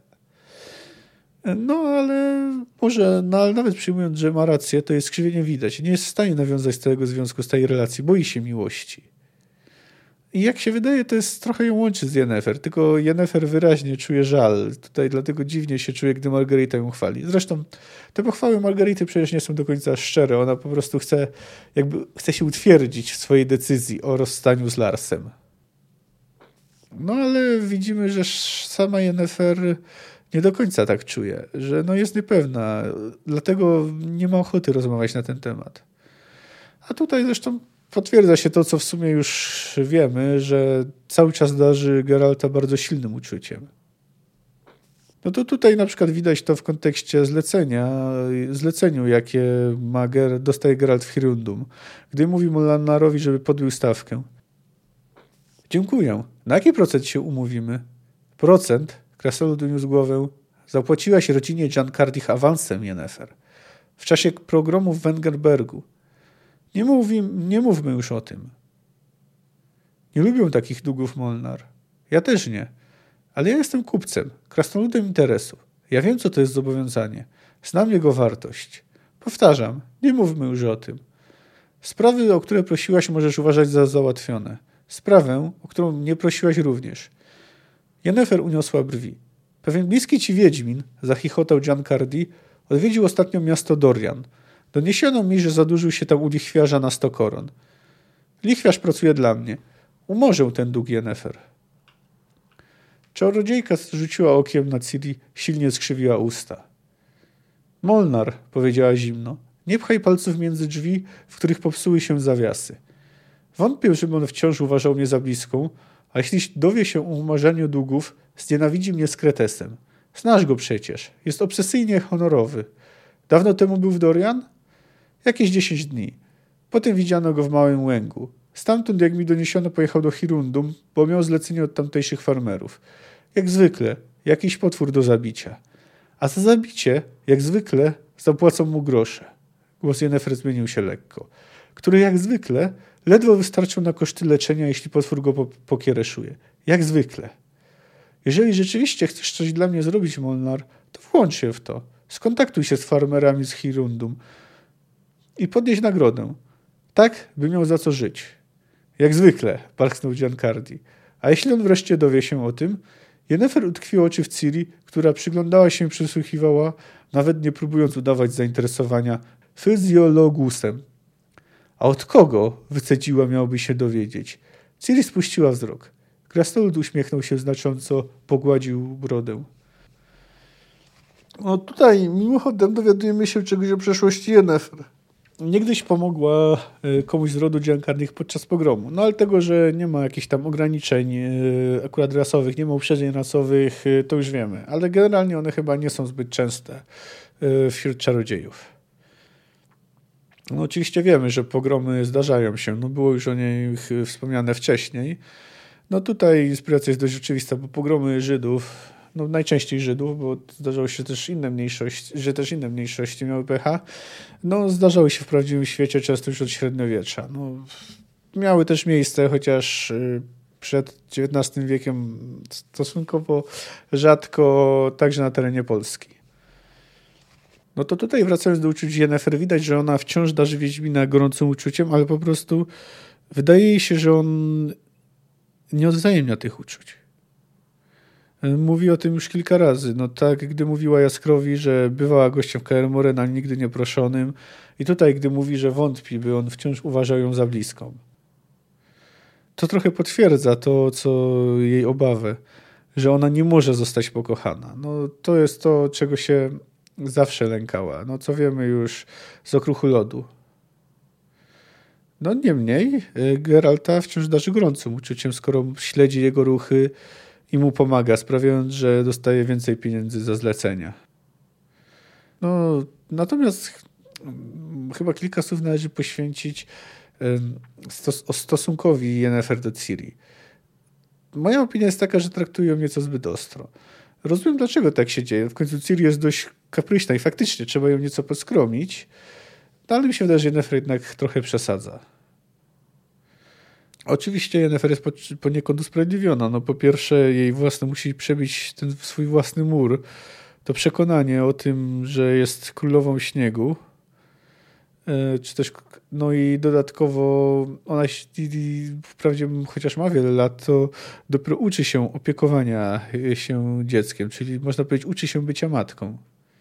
No, ale może, ale nawet przyjmując, że ma rację, to jest skrzywienie widać. Nie jest w stanie nawiązać całego związku z tej relacji. Boi się miłości. I jak się wydaje, to jest trochę ją łączy z Yennefer, tylko Yennefer wyraźnie czuje żal. Tutaj dlatego dziwnie się czuje, gdy Margarita ją chwali. Zresztą te pochwały Margarity przecież nie są do końca szczere. Ona po prostu chce się utwierdzić w swojej decyzji o rozstaniu z Larsem. No ale widzimy, że sama Yennefer nie do końca tak czuje, że no jest niepewna, dlatego nie ma ochoty rozmawiać na ten temat. A tutaj zresztą potwierdza się to, co w sumie już wiemy, że cały czas darzy Geralta bardzo silnym uczuciem. No to tutaj na przykład widać to w kontekście zleceniu, jakie dostaje Geralt w Hirundum, gdy mówi Molanarowi, żeby podbił stawkę. Dziękuję. Na jaki procent się umówimy? Procent? Krasnolud uniósł głowę. Zapłaciłaś rodzinie Giancardich awansem, Yennefer. W czasie pogromu w Wengerbergu. Nie mówmy już o tym. Nie lubią takich długów Molnar. Ja też nie. Ale ja jestem kupcem, krasnoludem interesu. Ja wiem, co to jest zobowiązanie. Znam jego wartość. Powtarzam, nie mówmy już o tym. Sprawy, o które prosiłaś, możesz uważać za załatwione. Sprawę, o którą nie prosiłaś również. Yennefer uniosła brwi. Pewien bliski ci wiedźmin, zachichotał Giancardi, odwiedził ostatnio miasto Dorian. Doniesiono mi, że zadłużył się tam u lichwiarza na 100 koron. Lichwiarz pracuje dla mnie. Umorzę ten dług, Yennefer. Czarodziejka rzuciła okiem na Ciri, silnie skrzywiła usta. Molnar, powiedziała zimno, nie pchaj palców między drzwi, w których popsuły się zawiasy. Wątpię, żeby on wciąż uważał mnie za bliską, a jeśli dowie się o umarzaniu długów, znienawidzi mnie z Kretesem. Znasz go przecież. Jest obsesyjnie honorowy. Dawno temu był w Dorian? Jakieś 10 dni. Potem widziano go w Małym Łęgu. Stamtąd, jak mi doniesiono, pojechał do Hirundum, bo miał zlecenie od tamtejszych farmerów. Jak zwykle, Jakiś potwór do zabicia. A za zabicie, jak zwykle, zapłacą mu grosze. Głos Yennefer zmienił się lekko. Który jak zwykle ledwo wystarczą na koszty leczenia, jeśli potwór go pokiereszuje. Jak zwykle. Jeżeli rzeczywiście chcesz coś dla mnie zrobić, Molnar, to włącz się w to. Skontaktuj się z farmerami z Hirundum i podnieś nagrodę. Tak, by miał za co żyć. Jak zwykle, parsknął Giancardi. A jeśli on wreszcie dowie się o tym? Yennefer utkwiła oczy w Ciri, która przyglądała się i przysłuchiwała, nawet nie próbując udawać zainteresowania, fizjologusem. A od kogo, wycedziła, miałby się dowiedzieć? Ciri spuściła wzrok. Krasnolud uśmiechnął się znacząco, pogładził brodę. No tutaj mimochodem dowiadujemy się czegoś o przeszłości Yennefer. Niegdyś pomogła komuś z rodu Giancardich podczas pogromu. No ale tego, że nie ma jakichś tam ograniczeń akurat rasowych, nie ma uprzedzeń rasowych, to już wiemy. Ale generalnie one chyba nie są zbyt częste wśród czarodziejów. No oczywiście wiemy, że pogromy zdarzają się. No było już o nich wspomniane wcześniej. No tutaj inspiracja jest dość oczywista, bo pogromy Żydów, no najczęściej Żydów, bo zdarzało się też inne mniejszości, że też inne mniejszości miały pecha, no zdarzały się w prawdziwym świecie często już od średniowiecza. No, miały też miejsce, chociaż przed XIX wiekiem stosunkowo rzadko, także na terenie Polski. No to tutaj wracając do uczuć Yennefer, widać, że ona wciąż darzy Wiedźmina gorącym uczuciem, ale po prostu wydaje jej się, że on nie odwzajemnia tych uczuć. Mówi o tym już kilka razy. No tak, gdy mówiła Jaskrowi, że bywała gościem w Kaer Morhen, ale nigdy nieproszonym. I tutaj, gdy mówi, że wątpi, by on wciąż uważał ją za bliską. To trochę potwierdza to, co jej obawę, że ona nie może zostać pokochana. No to jest to, czego się zawsze lękała. No co wiemy już z Okruchu Lodu. No niemniej Geralta wciąż darzy gorącym uczuciem, skoro śledzi jego ruchy i mu pomaga, sprawiając, że dostaje więcej pieniędzy za zlecenia. No, natomiast chyba kilka słów należy poświęcić stosunkowi Yennefer do Ciri. Moja opinia jest taka, że traktują ją nieco zbyt ostro. Rozumiem, dlaczego tak się dzieje. W końcu Ciri jest dość kapryśna i faktycznie trzeba ją nieco poskromić, no, ale mi się wydaje, że Yennefer jednak trochę przesadza. Oczywiście Yennefer jest poniekąd usprawiedliwiona. No, po pierwsze, jej własne musi przebić ten swój własny mur. To przekonanie o tym, że jest królową śniegu. Czy też, no i dodatkowo ona wprawdzie chociaż ma wiele lat, to dopiero uczy się opiekowania się dzieckiem, czyli można powiedzieć uczy się bycia matką.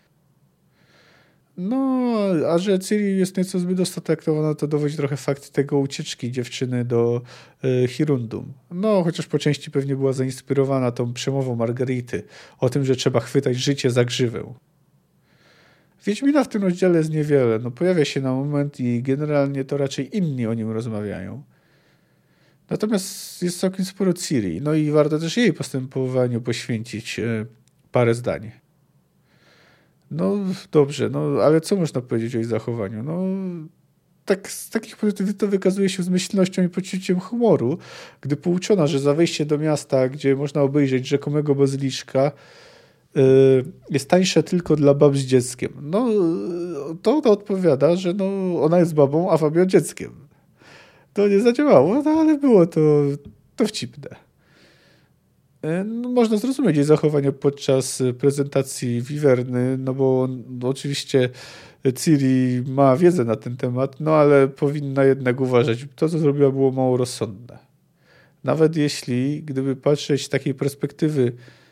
No, a że Ciri jest nieco zbyt ostro traktowana, to dowodzi trochę fakt tego ucieczki dziewczyny do Hirundum. No, chociaż po części pewnie była zainspirowana tą przemową Margarity o tym, że trzeba chwytać życie za grzywę. Wiedźmina w tym rozdziale jest niewiele. No, pojawia się na moment i generalnie to raczej inni o nim rozmawiają. Natomiast jest całkiem sporo Ciri. No i warto też jej postępowaniu poświęcić parę zdań. No dobrze, no ale co można powiedzieć o jej zachowaniu? No tak z takich pozytywów to wykazuje się zmyślnością i poczuciem humoru, gdy pouczona, że za wejście do miasta, gdzie można obejrzeć rzekomego bazyliszka, jest tańsze tylko dla bab z dzieckiem. No to ona odpowiada, że no, ona jest babą, a Fabio dzieckiem. To nie zadziałało, no, ale było to wcipne. No, można zrozumieć jej zachowanie podczas prezentacji Wiwerny, no bo no, oczywiście Ciri ma wiedzę na ten temat, no ale powinna jednak uważać. To, co zrobiła, było mało rozsądne. Nawet jeśli, gdyby patrzeć z takiej perspektywy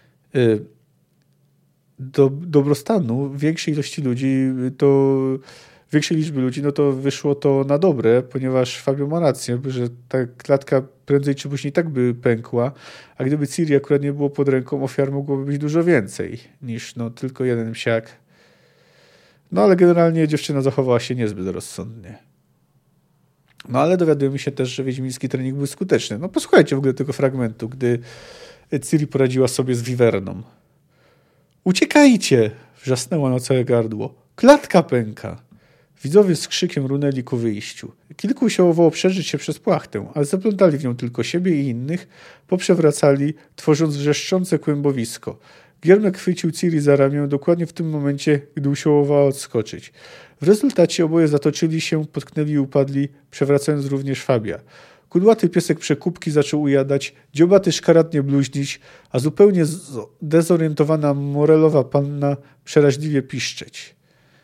dobrostanu większej ilości ludzi, to większej liczby ludzi, no to wyszło to na dobre, ponieważ Fabio ma rację, że ta klatka prędzej czy później tak by pękła, a gdyby Ciri akurat nie było pod ręką, ofiar mogłoby być dużo więcej niż no, tylko jeden psiak. No ale generalnie dziewczyna zachowała się niezbyt rozsądnie. No ale dowiadujemy się też, że wiedźmiński trening był skuteczny. No posłuchajcie w ogóle tego fragmentu, gdy Ciri poradziła sobie z Wiwerną. Uciekajcie! Wrzasnęła na całe gardło. Klatka pęka. Widzowie z krzykiem runęli ku wyjściu. Kilku usiłowało przeżyć się przez płachtę, ale zaplątali w nią tylko siebie i innych, poprzewracali, tworząc wrzeszczące kłębowisko. Giermek chwycił Ciri za ramię dokładnie w tym momencie, gdy usiłowała odskoczyć. W rezultacie oboje zatoczyli się, potknęli i upadli, przewracając również Fabia. Kudłaty piesek przekupki zaczął ujadać, dziobaty szkaradnie bluźnić, a zupełnie dezorientowana morelowa panna przeraźliwie piszczeć.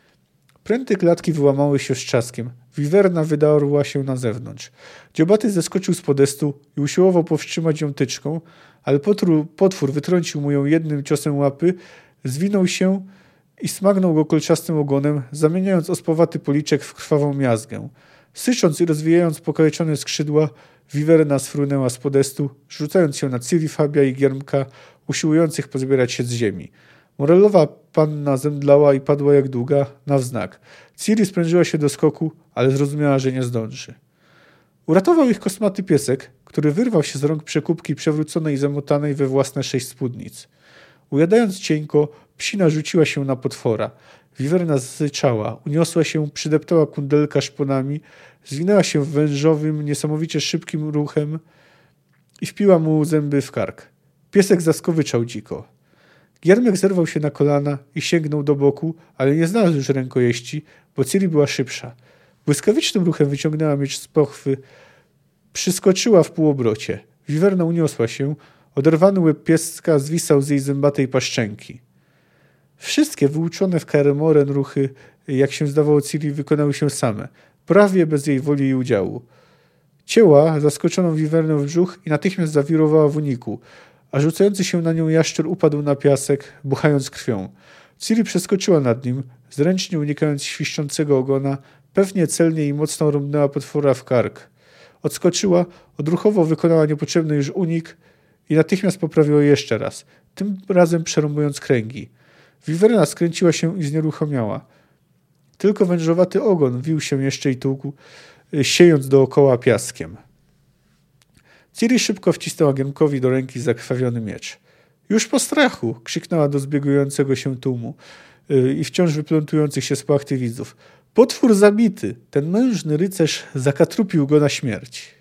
Pręty klatki wyłamały się z trzaskiem. Wiwerna wydarła się na zewnątrz. Dziobaty zeskoczył z podestu i usiłował powstrzymać ją tyczką, ale potwór wytrącił mu ją jednym ciosem łapy, zwinął się i smagnął go kolczastym ogonem, zamieniając ospowaty policzek w krwawą miazgę. Sycząc i rozwijając pokaleczone skrzydła, Wiwerna sfrunęła z podestu, rzucając się na Ciri, Fabia i Giermka, usiłujących pozbierać się z ziemi. Morelowa panna zemdlała i padła jak długa, na wznak. Ciri sprężyła się do skoku, ale zrozumiała, że nie zdąży. Uratował ich kosmaty piesek, który wyrwał się z rąk przekupki przewróconej i zamotanej we własne 6 spódnic. Ujadając cieńko, psina rzuciła się na potwora. Wiwerna zsyczała, uniosła się, przydeptała kundelka szponami, zwinęła się wężowym, niesamowicie szybkim ruchem i wpiła mu zęby w kark. Piesek zaskowyczał dziko. Giermek zerwał się na kolana i sięgnął do boku, ale nie znalazł już rękojeści, bo Ciri była szybsza. Błyskawicznym ruchem wyciągnęła miecz z pochwy, przyskoczyła w półobrocie. Wiwerna uniosła się, oderwany łeb pieska zwisał z jej zębatej paszczęki. Wszystkie wyuczone w Kaeremoren ruchy, jak się zdawało Ciri, wykonały się same, prawie bez jej woli i udziału. Cięła zaskoczoną Wiwernę w brzuch i natychmiast zawirowała w uniku, a rzucający się na nią jaszczur upadł na piasek, buchając krwią. Ciri przeskoczyła nad nim, zręcznie unikając świszczącego ogona, pewnie celnie i mocno rąbnęła potwora w kark. Odskoczyła, odruchowo wykonała niepotrzebny już unik i natychmiast poprawiła jeszcze raz, tym razem przerąbując kręgi. Wiwerna skręciła się i znieruchomiała. Tylko wężowaty ogon wił się jeszcze i tłukł, siejąc dookoła piaskiem. Ciri szybko wcisnęła Giermkowi do ręki zakrwawiony miecz. Już po strachu! Krzyknęła do zbiegującego się tłumu i wciąż wyplątujących się z płachty widzów. Potwór zabity! Ten mężny rycerz zakatrupił go na śmierć.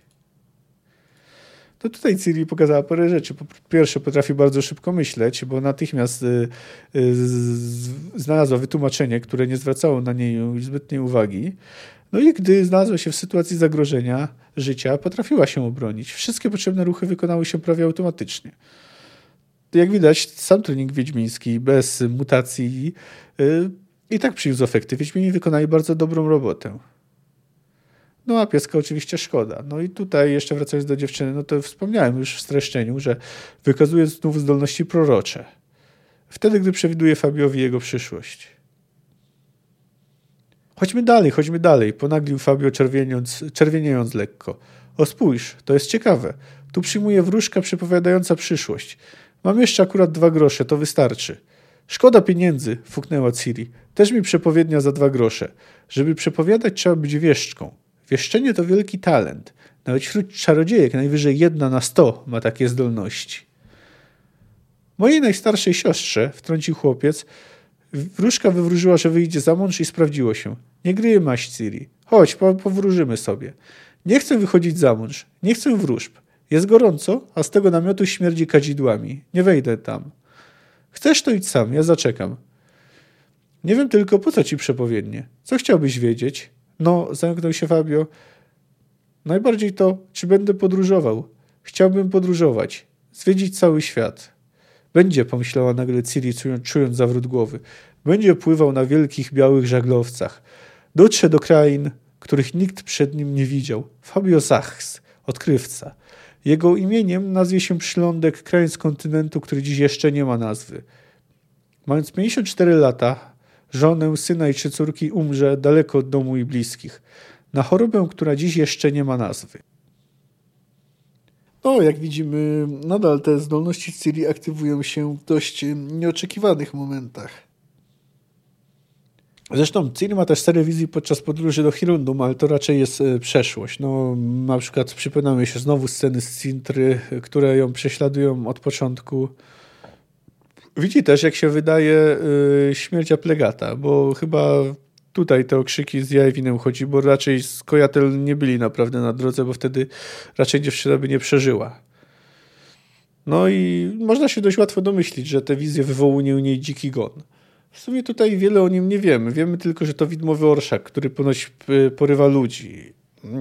To tutaj Ciri pokazała parę rzeczy. Po pierwsze, potrafi bardzo szybko myśleć, bo natychmiast znalazła wytłumaczenie, które nie zwracało na niej zbytniej uwagi. No i gdy znalazła się w sytuacji zagrożenia życia, potrafiła się obronić. Wszystkie potrzebne ruchy wykonały się prawie automatycznie. Jak widać, sam trening wiedźmiński bez mutacji i tak przyniósł efekty. Wiedźmini wykonali bardzo dobrą robotę. No a pieska oczywiście szkoda. No i tutaj jeszcze wracając do dziewczyny, no to wspomniałem już w streszczeniu, że wykazuje znów zdolności prorocze. Wtedy, gdy przewiduje Fabiowi jego przyszłość. Chodźmy dalej, ponaglił Fabio czerwieniejąc lekko. O spójrz, to jest ciekawe. Tu przyjmuje wróżka przepowiadająca przyszłość. Mam jeszcze akurat 2 grosze, to wystarczy. Szkoda pieniędzy, fuknęła Ciri. Też mi przepowiednia za 2 grosze. Żeby przepowiadać, trzeba być wieszczką. Wieszczenie to wielki talent. Nawet wśród czarodziejek najwyżej 1 na 100 ma takie zdolności. Mojej najstarszej siostrze, wtrącił chłopiec, wróżka wywróżyła, że wyjdzie za mąż i sprawdziło się. Nie gryje maść, Ciri. Chodź, powróżymy sobie. Nie chcę wychodzić za mąż. Nie chcę wróżb. Jest gorąco, a z tego namiotu śmierdzi kadzidłami. Nie wejdę tam. Chcesz, to idź sam, ja zaczekam. Nie wiem tylko, po co ci przepowiednie. Co chciałbyś wiedzieć? No, zamknął się Fabio. Najbardziej to, czy będę podróżował. Chciałbym podróżować. Zwiedzić cały świat. Będzie, pomyślała nagle Ciri, czując zawrót głowy. Będzie pływał na wielkich, białych żaglowcach. Dotrze do krain, których nikt przed nim nie widział. Fabio Zachs, odkrywca. Jego imieniem nazwie się przylądek, krain z kontynentu, który dziś jeszcze nie ma nazwy. Mając 54 lata, żonę, syna i 3 córki umrze daleko od domu i bliskich. Na chorobę, która dziś jeszcze nie ma nazwy. No, jak widzimy, nadal te zdolności Ciri aktywują się w dość nieoczekiwanych momentach. Zresztą Ciri ma też serię wizji podczas podróży do Hirundum, ale to raczej jest przeszłość. No, na przykład przypominały się znowu sceny z Cintry, które ją prześladują od początku. Widzi też, jak się wydaje, śmierć Aplegata, bo chyba tutaj te okrzyki z Jajwinem chodzi, bo raczej Skojatel nie byli naprawdę na drodze, bo wtedy raczej dziewczyna by nie przeżyła. No i można się dość łatwo domyślić, że te wizje wywołuje u niej dziki gon. W sumie tutaj wiele o nim nie wiemy. Wiemy tylko, że to widmowy orszak, który ponoć porywa ludzi.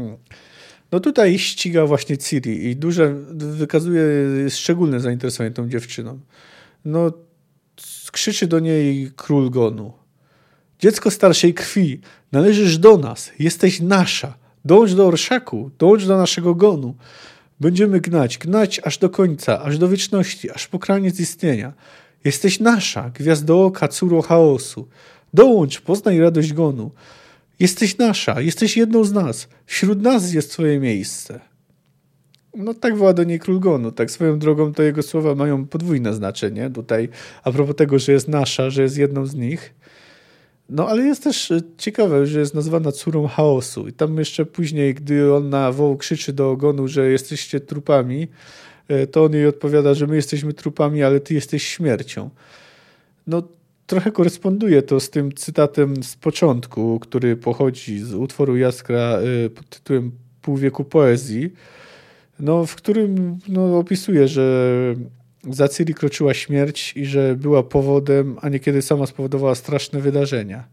No tutaj ściga właśnie Ciri i wykazuje szczególne zainteresowanie tą dziewczyną. No krzyczy do niej król gonu. Dziecko starszej krwi, należysz do nas, jesteś nasza. Dąż do orszaku, dąż do naszego gonu. Będziemy gnać aż do końca, aż do wieczności, aż po kraniec istnienia. Jesteś nasza, gwiazdooka, córo chaosu. Dołącz, poznaj radość gonu. Jesteś nasza, jesteś jedną z nas. Wśród nas jest twoje miejsce. No tak woła do niej król gonu. Tak swoją drogą to jego słowa mają podwójne znaczenie tutaj. A propos tego, że jest nasza, że jest jedną z nich. No ale jest też ciekawe, że jest nazwana córą chaosu. I tam jeszcze później, gdy on na woł krzyczy do ogonu, że jesteście trupami, to on jej odpowiada, że my jesteśmy trupami, ale ty jesteś śmiercią. No trochę koresponduje to z tym cytatem z początku, który pochodzi z utworu Jaskra pod tytułem Pół wieku poezji, no, w którym opisuje, że za Ciri kroczyła śmierć i że była powodem, a niekiedy sama spowodowała straszne wydarzenia.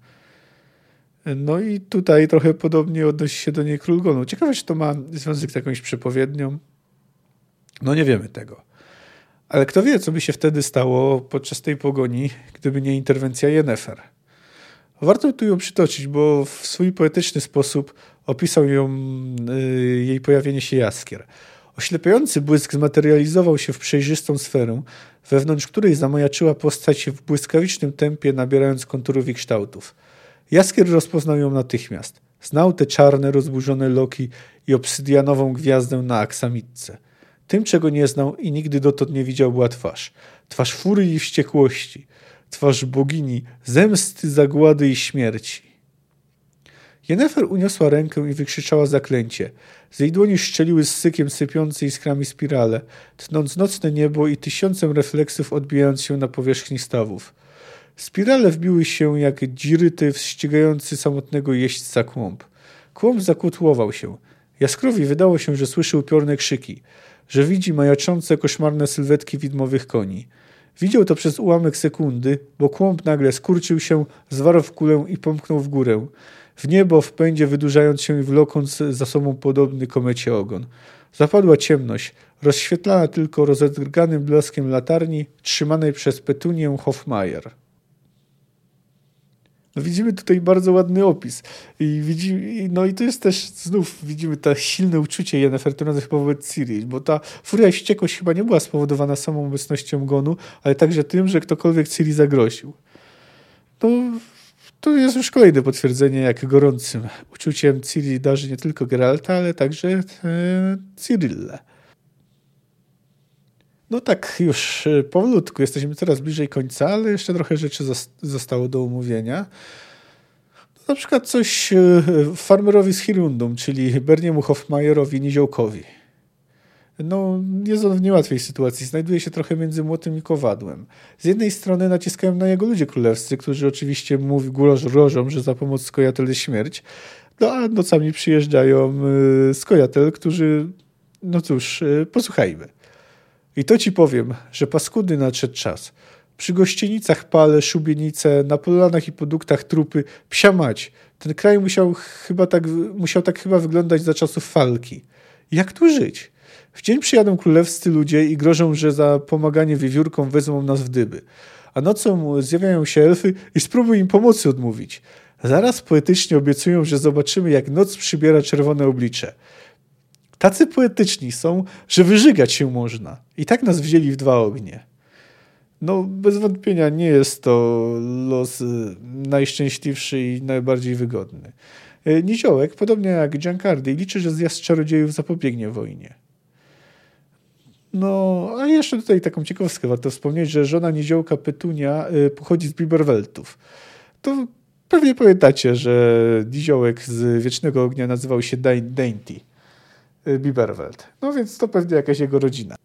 No i tutaj trochę podobnie odnosi się do niej król gonu. Ciekawe, czy to ma związek z jakąś przepowiednią. No nie wiemy tego. Ale kto wie, co by się wtedy stało podczas tej pogoni, gdyby nie interwencja Yennefer. Warto tu ją przytoczyć, bo w swój poetyczny sposób opisał jej pojawienie się Jaskier. Oślepiający błysk zmaterializował się w przejrzystą sferę, wewnątrz której zamajaczyła postać w błyskawicznym tempie, nabierając konturów i kształtów. Jaskier rozpoznał ją natychmiast. Znał te czarne, rozburzone loki i obsydianową gwiazdę na aksamitce. Tym, czego nie znał i nigdy dotąd nie widział, była twarz. Twarz furii i wściekłości. Twarz bogini, zemsty, zagłady i śmierci. Yennefer uniosła rękę i wykrzyczała zaklęcie. Z jej dłoni szczeliły z sykiem sypiące iskrami spirale, tnąc nocne niebo i tysiącem refleksów odbijając się na powierzchni stawów. Spirale wbiły się jak dziryty ścigający samotnego jeźdźca kłąb. Kłąb zakotłował się. Jaskrowi wydało się, że słyszy upiorne krzyki, że widzi majaczące koszmarne sylwetki widmowych koni. Widział to przez ułamek sekundy, bo kłąb nagle skurczył się, zwarł w kulę i pomknął w górę. W niebo, w pędzie wydłużając się i wlokąc za sobą podobny komecie ogon. Zapadła ciemność, rozświetlana tylko rozedrganym blaskiem latarni trzymanej przez Petunię Hofmeier. No widzimy tutaj bardzo ładny opis. I to jest też, znów widzimy to silne uczucie Yennefer chyba wobec Ciri, bo ta furia i wściekłość chyba nie była spowodowana samą obecnością gonu, ale także tym, że ktokolwiek Ciri zagroził. To jest już kolejne potwierdzenie, jak gorącym uczuciem Ciri darzy nie tylko Geralta, ale także Cyrillę. No tak, już powolutku jesteśmy coraz bliżej końca, ale jeszcze trochę rzeczy zostało do omówienia. Na przykład coś farmerowi z Hirundum, czyli Berniemu Hofmeierowi Niziołkowi. No, jest on w niełatwej sytuacji. Znajduje się trochę między młotem i kowadłem. Z jednej strony naciskają na jego ludzie królewscy, którzy oczywiście grożą, że za pomoc Skojatel jest śmierć. No a nocami przyjeżdżają Skojatel, którzy, no cóż, posłuchajmy. I to ci powiem, że paskudy nadszedł czas. Przy gościnicach pale, szubienice, na polanach i produktach trupy, psia mać. Ten kraj musiał tak chyba wyglądać za czasów Falki. Jak tu żyć? W dzień przyjadą królewscy ludzie i grożą, że za pomaganie wiewiórkom wezmą nas w dyby. A nocą zjawiają się elfy i spróbuj im pomocy odmówić. Zaraz poetycznie obiecują, że zobaczymy, jak noc przybiera czerwone oblicze. Tacy poetyczni są, że wyżygać się można. I tak nas wzięli w dwa ognie. No, bez wątpienia nie jest to los najszczęśliwszy i najbardziej wygodny. Niziołek, podobnie jak Giancardi, liczy, że zjazd czarodziejów zapobiegnie wojnie. No, a jeszcze tutaj taką ciekawostkę warto wspomnieć, że żona Niziołka Petunia pochodzi z Biberweltów. To pewnie pamiętacie, że Niziołek z Wiecznego Ognia nazywał się Dainty Biberwelt. No więc to pewnie jakaś jego rodzina.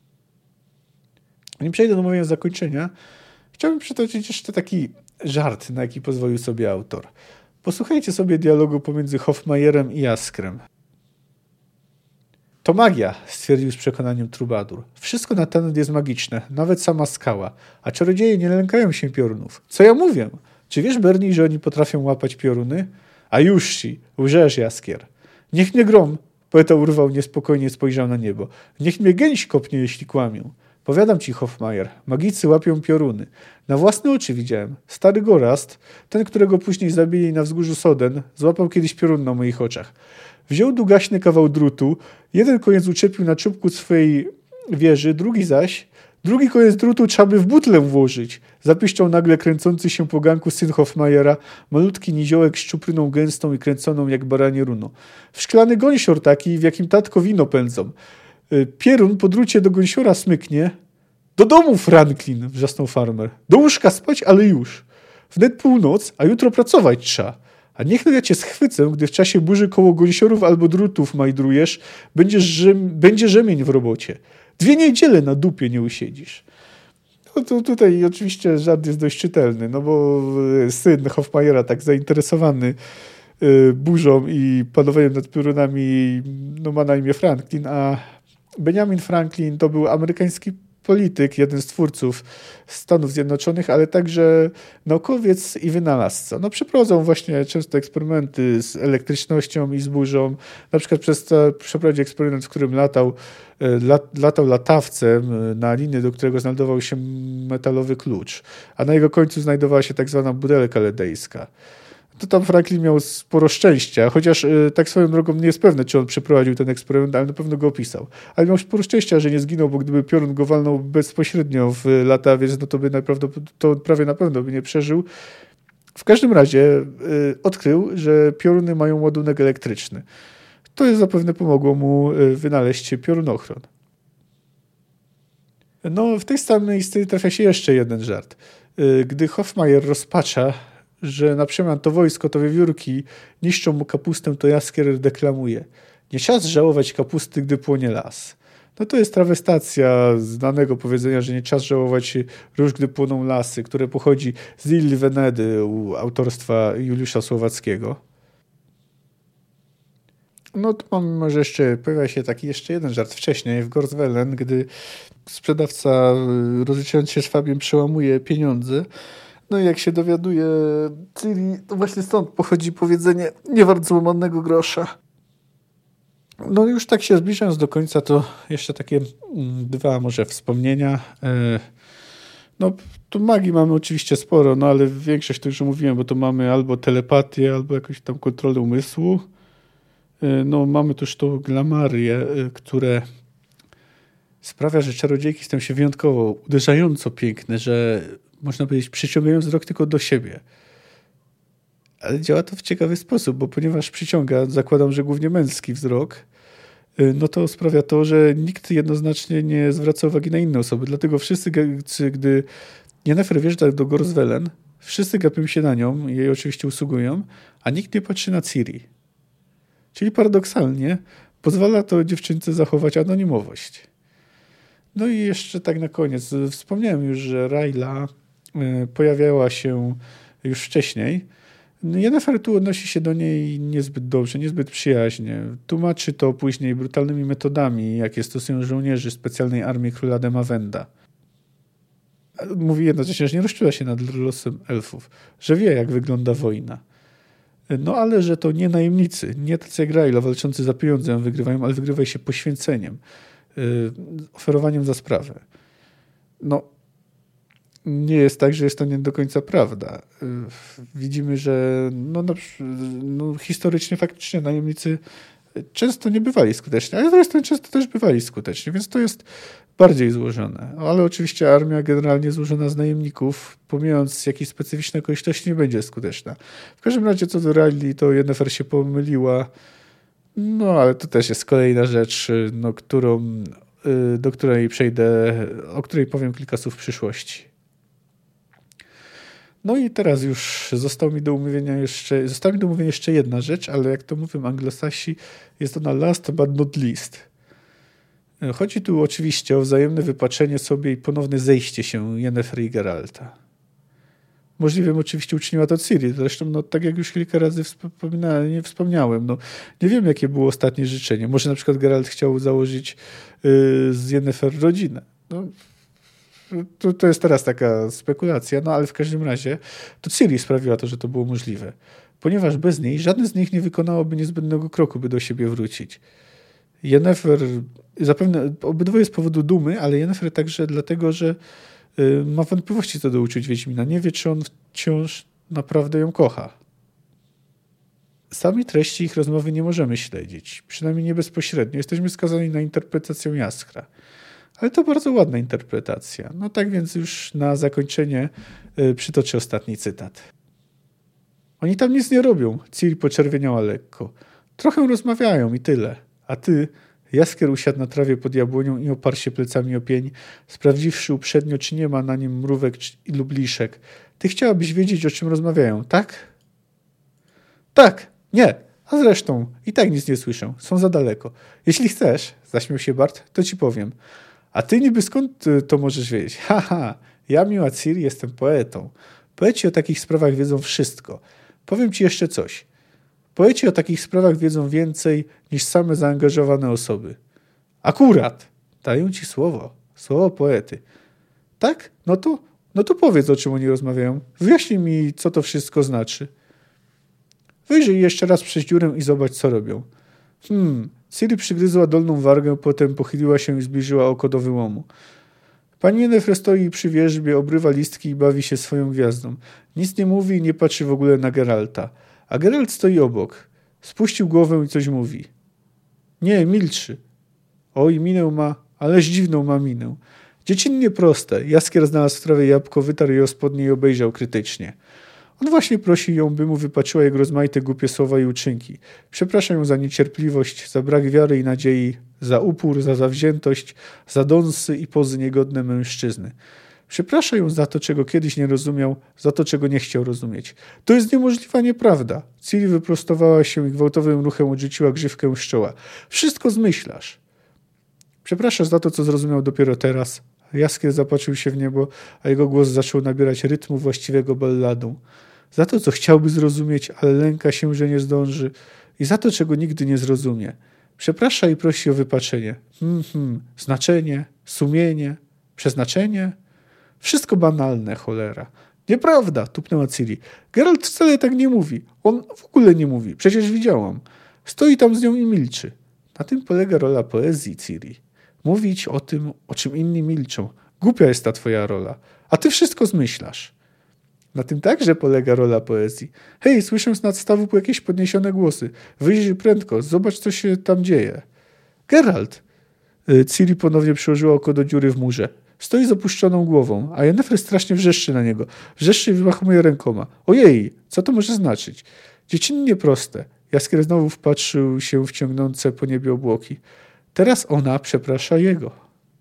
Nim przejdę do mojego zakończenia, chciałbym przytoczyć jeszcze taki żart, na jaki pozwolił sobie autor. Posłuchajcie sobie dialogu pomiędzy Hofmeierem i Jaskrem. To magia, stwierdził z przekonaniem Troubadour. Wszystko na ten jest magiczne, nawet sama skała. A czarodzieje nie lękają się piorunów. Co ja mówię? Czy wiesz, Bernie, że oni potrafią łapać pioruny? A już ci, łżesz, Jaskier. Niech mnie grom, poeta urwał, niespokojnie spojrzał na niebo. Niech mnie gęś kopnie, jeśli kłamią. Powiadam ci, Hofmeier, magicy łapią pioruny. Na własne oczy widziałem. Stary Gorast, ten, którego później zabili na wzgórzu Soden, złapał kiedyś piorun na moich oczach. Wziął długaśny kawał drutu, jeden koniec uczepił na czubku swojej wieży, drugi koniec drutu trzeba by w butlę włożyć. Zapiszczał nagle kręcący się po ganku syn Hofmeiera, malutki niziołek z czupryną gęstą i kręconą jak baranie runo. W szklany gąsior taki, w jakim tatko wino pędzą. Pierun po drucie do gąsiora smyknie. Do domu, Franklin, wrzasnął farmer. Do łóżka spać, ale już. Wnet północ, a jutro pracować trzeba. A niech ja cię schwycę, gdy w czasie burzy koło gąsiorów albo drutów majdrujesz, będzie rzemień w robocie. 2 niedziele na dupie nie usiedzisz. No to tutaj oczywiście żart jest dość czytelny, no bo syn Hofmeiera tak zainteresowany burzą i panowaniem nad piorunami no ma na imię Franklin, a Benjamin Franklin to był amerykański polityk, jeden z twórców Stanów Zjednoczonych, ale także naukowiec i wynalazca. No, przeprowadzał właśnie często eksperymenty z elektrycznością i z burzą. Na przykład przeprowadził eksperyment, w którym latał latawcem na liny, do którego znajdował się metalowy klucz, a na jego końcu znajdowała się tak zwana butelka ledejska. To tam Franklin miał sporo szczęścia, chociaż tak swoją drogą nie jest pewne, czy on przeprowadził ten eksperyment, ale na pewno go opisał. Ale miał sporo szczęścia, że nie zginął, bo gdyby piorun go walnął bezpośrednio w latawiec, no to by to prawie na pewno by nie przeżył. W każdym razie odkrył, że pioruny mają ładunek elektryczny. To zapewne pomogło mu wynaleźć piorunochron. No, w tej samej historii trafia się jeszcze jeden żart. Gdy Hofmeier rozpacza, że na przemian to wojsko, to wiewiórki niszczą mu kapustę, to Jaskier deklamuje: nie czas żałować kapusty, gdy płonie las. No to jest trawestacja znanego powiedzenia, że nie czas żałować róż, gdy płoną lasy, które pochodzi z Illi Venedy autorstwa Juliusza Słowackiego. No to mam może pojawia się taki jeszcze jeden żart wcześniej w Gorswellen, gdy sprzedawca, rozliczając się z Fabiem, przełamuje pieniądze. No i jak się dowiaduje Ciri, to właśnie stąd pochodzi powiedzenie nie wart złamanego grosza. No już tak się zbliżając do końca, to jeszcze takie 2 może wspomnienia. No tu magii mamy oczywiście sporo, no ale większość to już mówiłem, bo to mamy albo telepatię, albo jakąś tam kontrolę umysłu. No mamy też to glamarię, które sprawia, że czarodziejki stają się wyjątkowo uderzająco piękne, że można powiedzieć, przyciągają wzrok tylko do siebie. Ale działa to w ciekawy sposób, bo ponieważ przyciąga, zakładam, że głównie męski wzrok, no to sprawia to, że nikt jednoznacznie nie zwraca uwagi na inne osoby. Dlatego wszyscy, gdy Yennefer wjeżdża do Gorswellen, wszyscy gapią się na nią i jej oczywiście usługują, a nikt nie patrzy na Ciri. Czyli paradoksalnie pozwala to dziewczynce zachować anonimowość. No i jeszcze tak na koniec. Wspomniałem już, że Rayla pojawiała się już wcześniej. Yennefer tu odnosi się do niej niezbyt dobrze, niezbyt przyjaźnie. Tłumaczy to później brutalnymi metodami, jakie stosują żołnierzy specjalnej armii króla Demavenda. Mówi jednocześnie, że nie rozczula się nad losem elfów, że wie, jak wygląda wojna. No ale że to nie najemnicy, nie tacy jak Rayla walczący za pieniądze ją wygrywają, ale wygrywa się poświęceniem, oferowaniem za sprawę. No, nie jest tak, że jest to nie do końca prawda. Widzimy, że historycznie, faktycznie najemnicy często nie bywali skuteczni, ale zresztą często też bywali skuteczni, więc to jest bardziej złożone. Ale oczywiście armia generalnie złożona z najemników, pomijając jakieś specyficzne okoliczności, nie będzie skuteczna. W każdym razie co do Riley, to Yennefer się pomyliła, no ale to też jest kolejna rzecz, do której przejdę, o której powiem kilka słów w przyszłości. No i teraz już została mi do omówienia jeszcze jedna rzecz, ale jak to mówią anglosasi, jest ona last but not least. Chodzi tu oczywiście o wzajemne wypaczenie sobie i ponowne zejście się Yennefer i Geralta. możliwym oczywiście uczyniła to Ciri. Zresztą, no, tak jak już kilka razy wspomniałem, no, nie wiem, jakie było ostatnie życzenie. Może na przykład Geralt chciał założyć z Yennefer rodzinę. No, to jest teraz taka spekulacja, no ale w każdym razie to Ciri sprawiła to, że to było możliwe. Ponieważ bez niej żaden z nich nie wykonałoby niezbędnego kroku, by do siebie wrócić. Yennefer, zapewne obydwoje z powodu dumy, ale Yennefer także dlatego, że ma wątpliwości co do uczuć Wiedźmina. Nie wie, czy on wciąż naprawdę ją kocha. Sami treści ich rozmowy nie możemy śledzić. Przynajmniej nie bezpośrednio. Jesteśmy skazani na interpretację Jaskra. Ale to bardzo ładna interpretacja. No tak więc już na zakończenie przytoczę ostatni cytat. Oni tam nic nie robią. Ciri poczerwieniała lekko. Trochę rozmawiają i tyle. A ty... Jaskier usiadł na trawie pod jabłonią i oparł się plecami o pień, sprawdziwszy uprzednio, czy nie ma na nim mrówek lub liszek. Ty chciałabyś wiedzieć, o czym rozmawiają, tak? Tak, nie, a zresztą i tak nic nie słyszę, są za daleko. Jeśli chcesz, zaśmiał się Bart, to ci powiem. A ty niby skąd to możesz wiedzieć? Haha, ja, miła Ciri, jestem poetą. Poeci o takich sprawach wiedzą wszystko. Powiem ci jeszcze coś. Poeci o takich sprawach wiedzą więcej niż same zaangażowane osoby. Akurat! Daję ci słowo. Słowo poety. Tak? No to powiedz, o czym oni rozmawiają. Wyjaśnij mi, co to wszystko znaczy. Wyjrzyj jeszcze raz przez dziurę i zobacz, co robią. Ciri przygryzła dolną wargę, potem pochyliła się i zbliżyła oko do wyłomu. Pani Yennefer stoi przy wierzbie, obrywa listki i bawi się swoją gwiazdą. Nic nie mówi i nie patrzy w ogóle na Geralta. A Geralt stoi obok. Spuścił głowę i coś mówi. Nie, milczy. Oj, minę ma, ależ dziwną ma minę. Dziecinnie proste. Jaskier znalazł w trawie jabłko, wytarł je o spodnie i obejrzał krytycznie. On właśnie prosi ją, by mu wypaczyła jego rozmaite głupie słowa i uczynki. Przeprasza ją za niecierpliwość, za brak wiary i nadziei, za upór, za zawziętość, za dąsy i pozy niegodne mężczyzny. Przeprasza ją za to, czego kiedyś nie rozumiał, za to, czego nie chciał rozumieć. To jest niemożliwa nieprawda. Ciri wyprostowała się i gwałtownym ruchem odrzuciła grzywkę z czoła. Wszystko zmyślasz. Przepraszasz za to, co zrozumiał dopiero teraz. Jaskier zapatrzył się w niebo, a jego głos zaczął nabierać rytmu właściwego balladą. Za to, co chciałby zrozumieć, ale lęka się, że nie zdąży. I za to, czego nigdy nie zrozumie. Przeprasza i prosi o wybaczenie. Znaczenie, sumienie, przeznaczenie. Wszystko banalne, cholera. Nieprawda, tupnęła Ciri. Geralt wcale tak nie mówi. On w ogóle nie mówi. Przecież widziałam. Stoi tam z nią i milczy. Na tym polega rola poezji, Ciri. Mówić o tym, o czym inni milczą. Głupia jest ta twoja rola. A ty wszystko zmyślasz. Na tym także polega rola poezji. Hej, słyszę z nadstawu jakieś podniesione głosy. Wyjrzyj prędko, zobacz, co się tam dzieje. Geralt! Ciri ponownie przyłożyła oko do dziury w murze. Stoi z opuszczoną głową, a Yennefer strasznie wrzeszczy na niego. Wrzeszczy i wymachuje rękoma. Ojej, co to może znaczyć? Dziecinnie proste. Jaskier znowu wpatrzył się w ciągnące po niebie obłoki. Teraz ona przeprasza jego.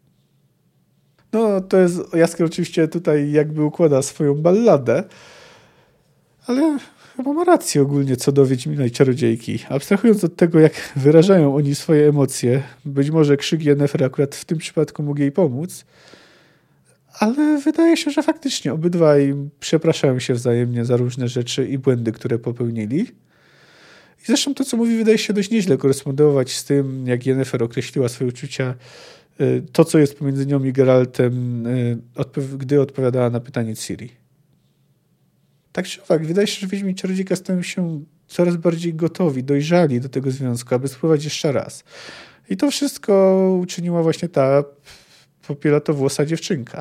No, to jest... Jaskier oczywiście tutaj jakby układa swoją balladę, ale chyba ma rację ogólnie co do Wiedźmina i Czarodziejki. Abstrahując od tego, jak wyrażają oni swoje emocje, być może krzyk Yennefer akurat w tym przypadku mógł jej pomóc, ale wydaje się, że faktycznie obydwaj przepraszają się wzajemnie za różne rzeczy i błędy, które popełnili. I zresztą to, co mówi, wydaje się dość nieźle korespondować z tym, jak Yennefer określiła swoje uczucia, to, co jest pomiędzy nią i Geraltem, gdy odpowiadała na pytanie Ciri. Tak czy owak, wydaje się, że Wiedźmin i Czarodziejka stają się coraz bardziej gotowi, dojrzali do tego związku, aby spróbować jeszcze raz. I to wszystko uczyniła właśnie ta popielatowłosa dziewczynka.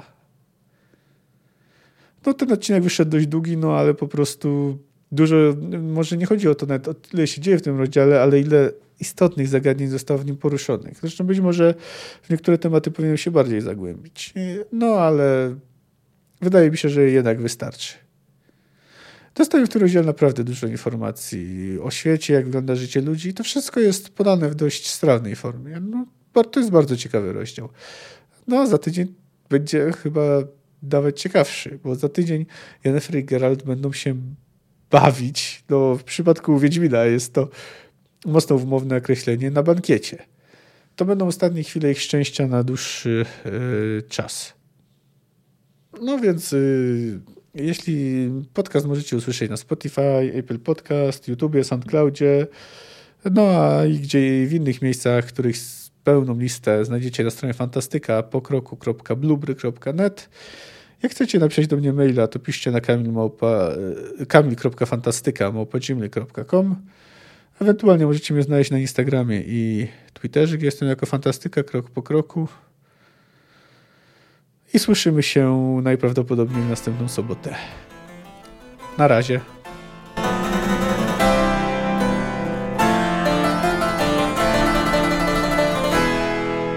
No ten odcinek wyszedł dość długi, no ale po prostu dużo, może nie chodzi o to nawet o tyle się dzieje w tym rozdziale, ale ile istotnych zagadnień zostało w nim poruszonych. Zresztą być może w niektóre tematy powinienem się bardziej zagłębić. No ale wydaje mi się, że jednak wystarczy. Dostałem w tym rozdziale naprawdę dużo informacji o świecie, jak wygląda życie ludzi. To wszystko jest podane w dość strawnej formie. No, to jest bardzo ciekawy rozdział. No, za tydzień będzie chyba nawet ciekawszy, bo za tydzień Yennefer i Geralt będą się bawić. No, w przypadku Wiedźmina jest to mocno wymowne określenie na bankiecie. To będą ostatnie chwile ich szczęścia na dłuższy czas. No więc Jeśli podcast możecie usłyszeć na Spotify, Apple Podcast, YouTubie, SoundCloudzie, no a i gdzie w innych miejscach, których pełną listę znajdziecie na stronie fantastyka.blubry.net. Jak chcecie napisać do mnie maila, to piszcie na kamil.fantastyka@gmail.com. Ewentualnie możecie mnie znaleźć na Instagramie i Twitterze, gdzie jestem jako Fantastyka Krok po Kroku. I słyszymy się najprawdopodobniej w następną sobotę. Na razie.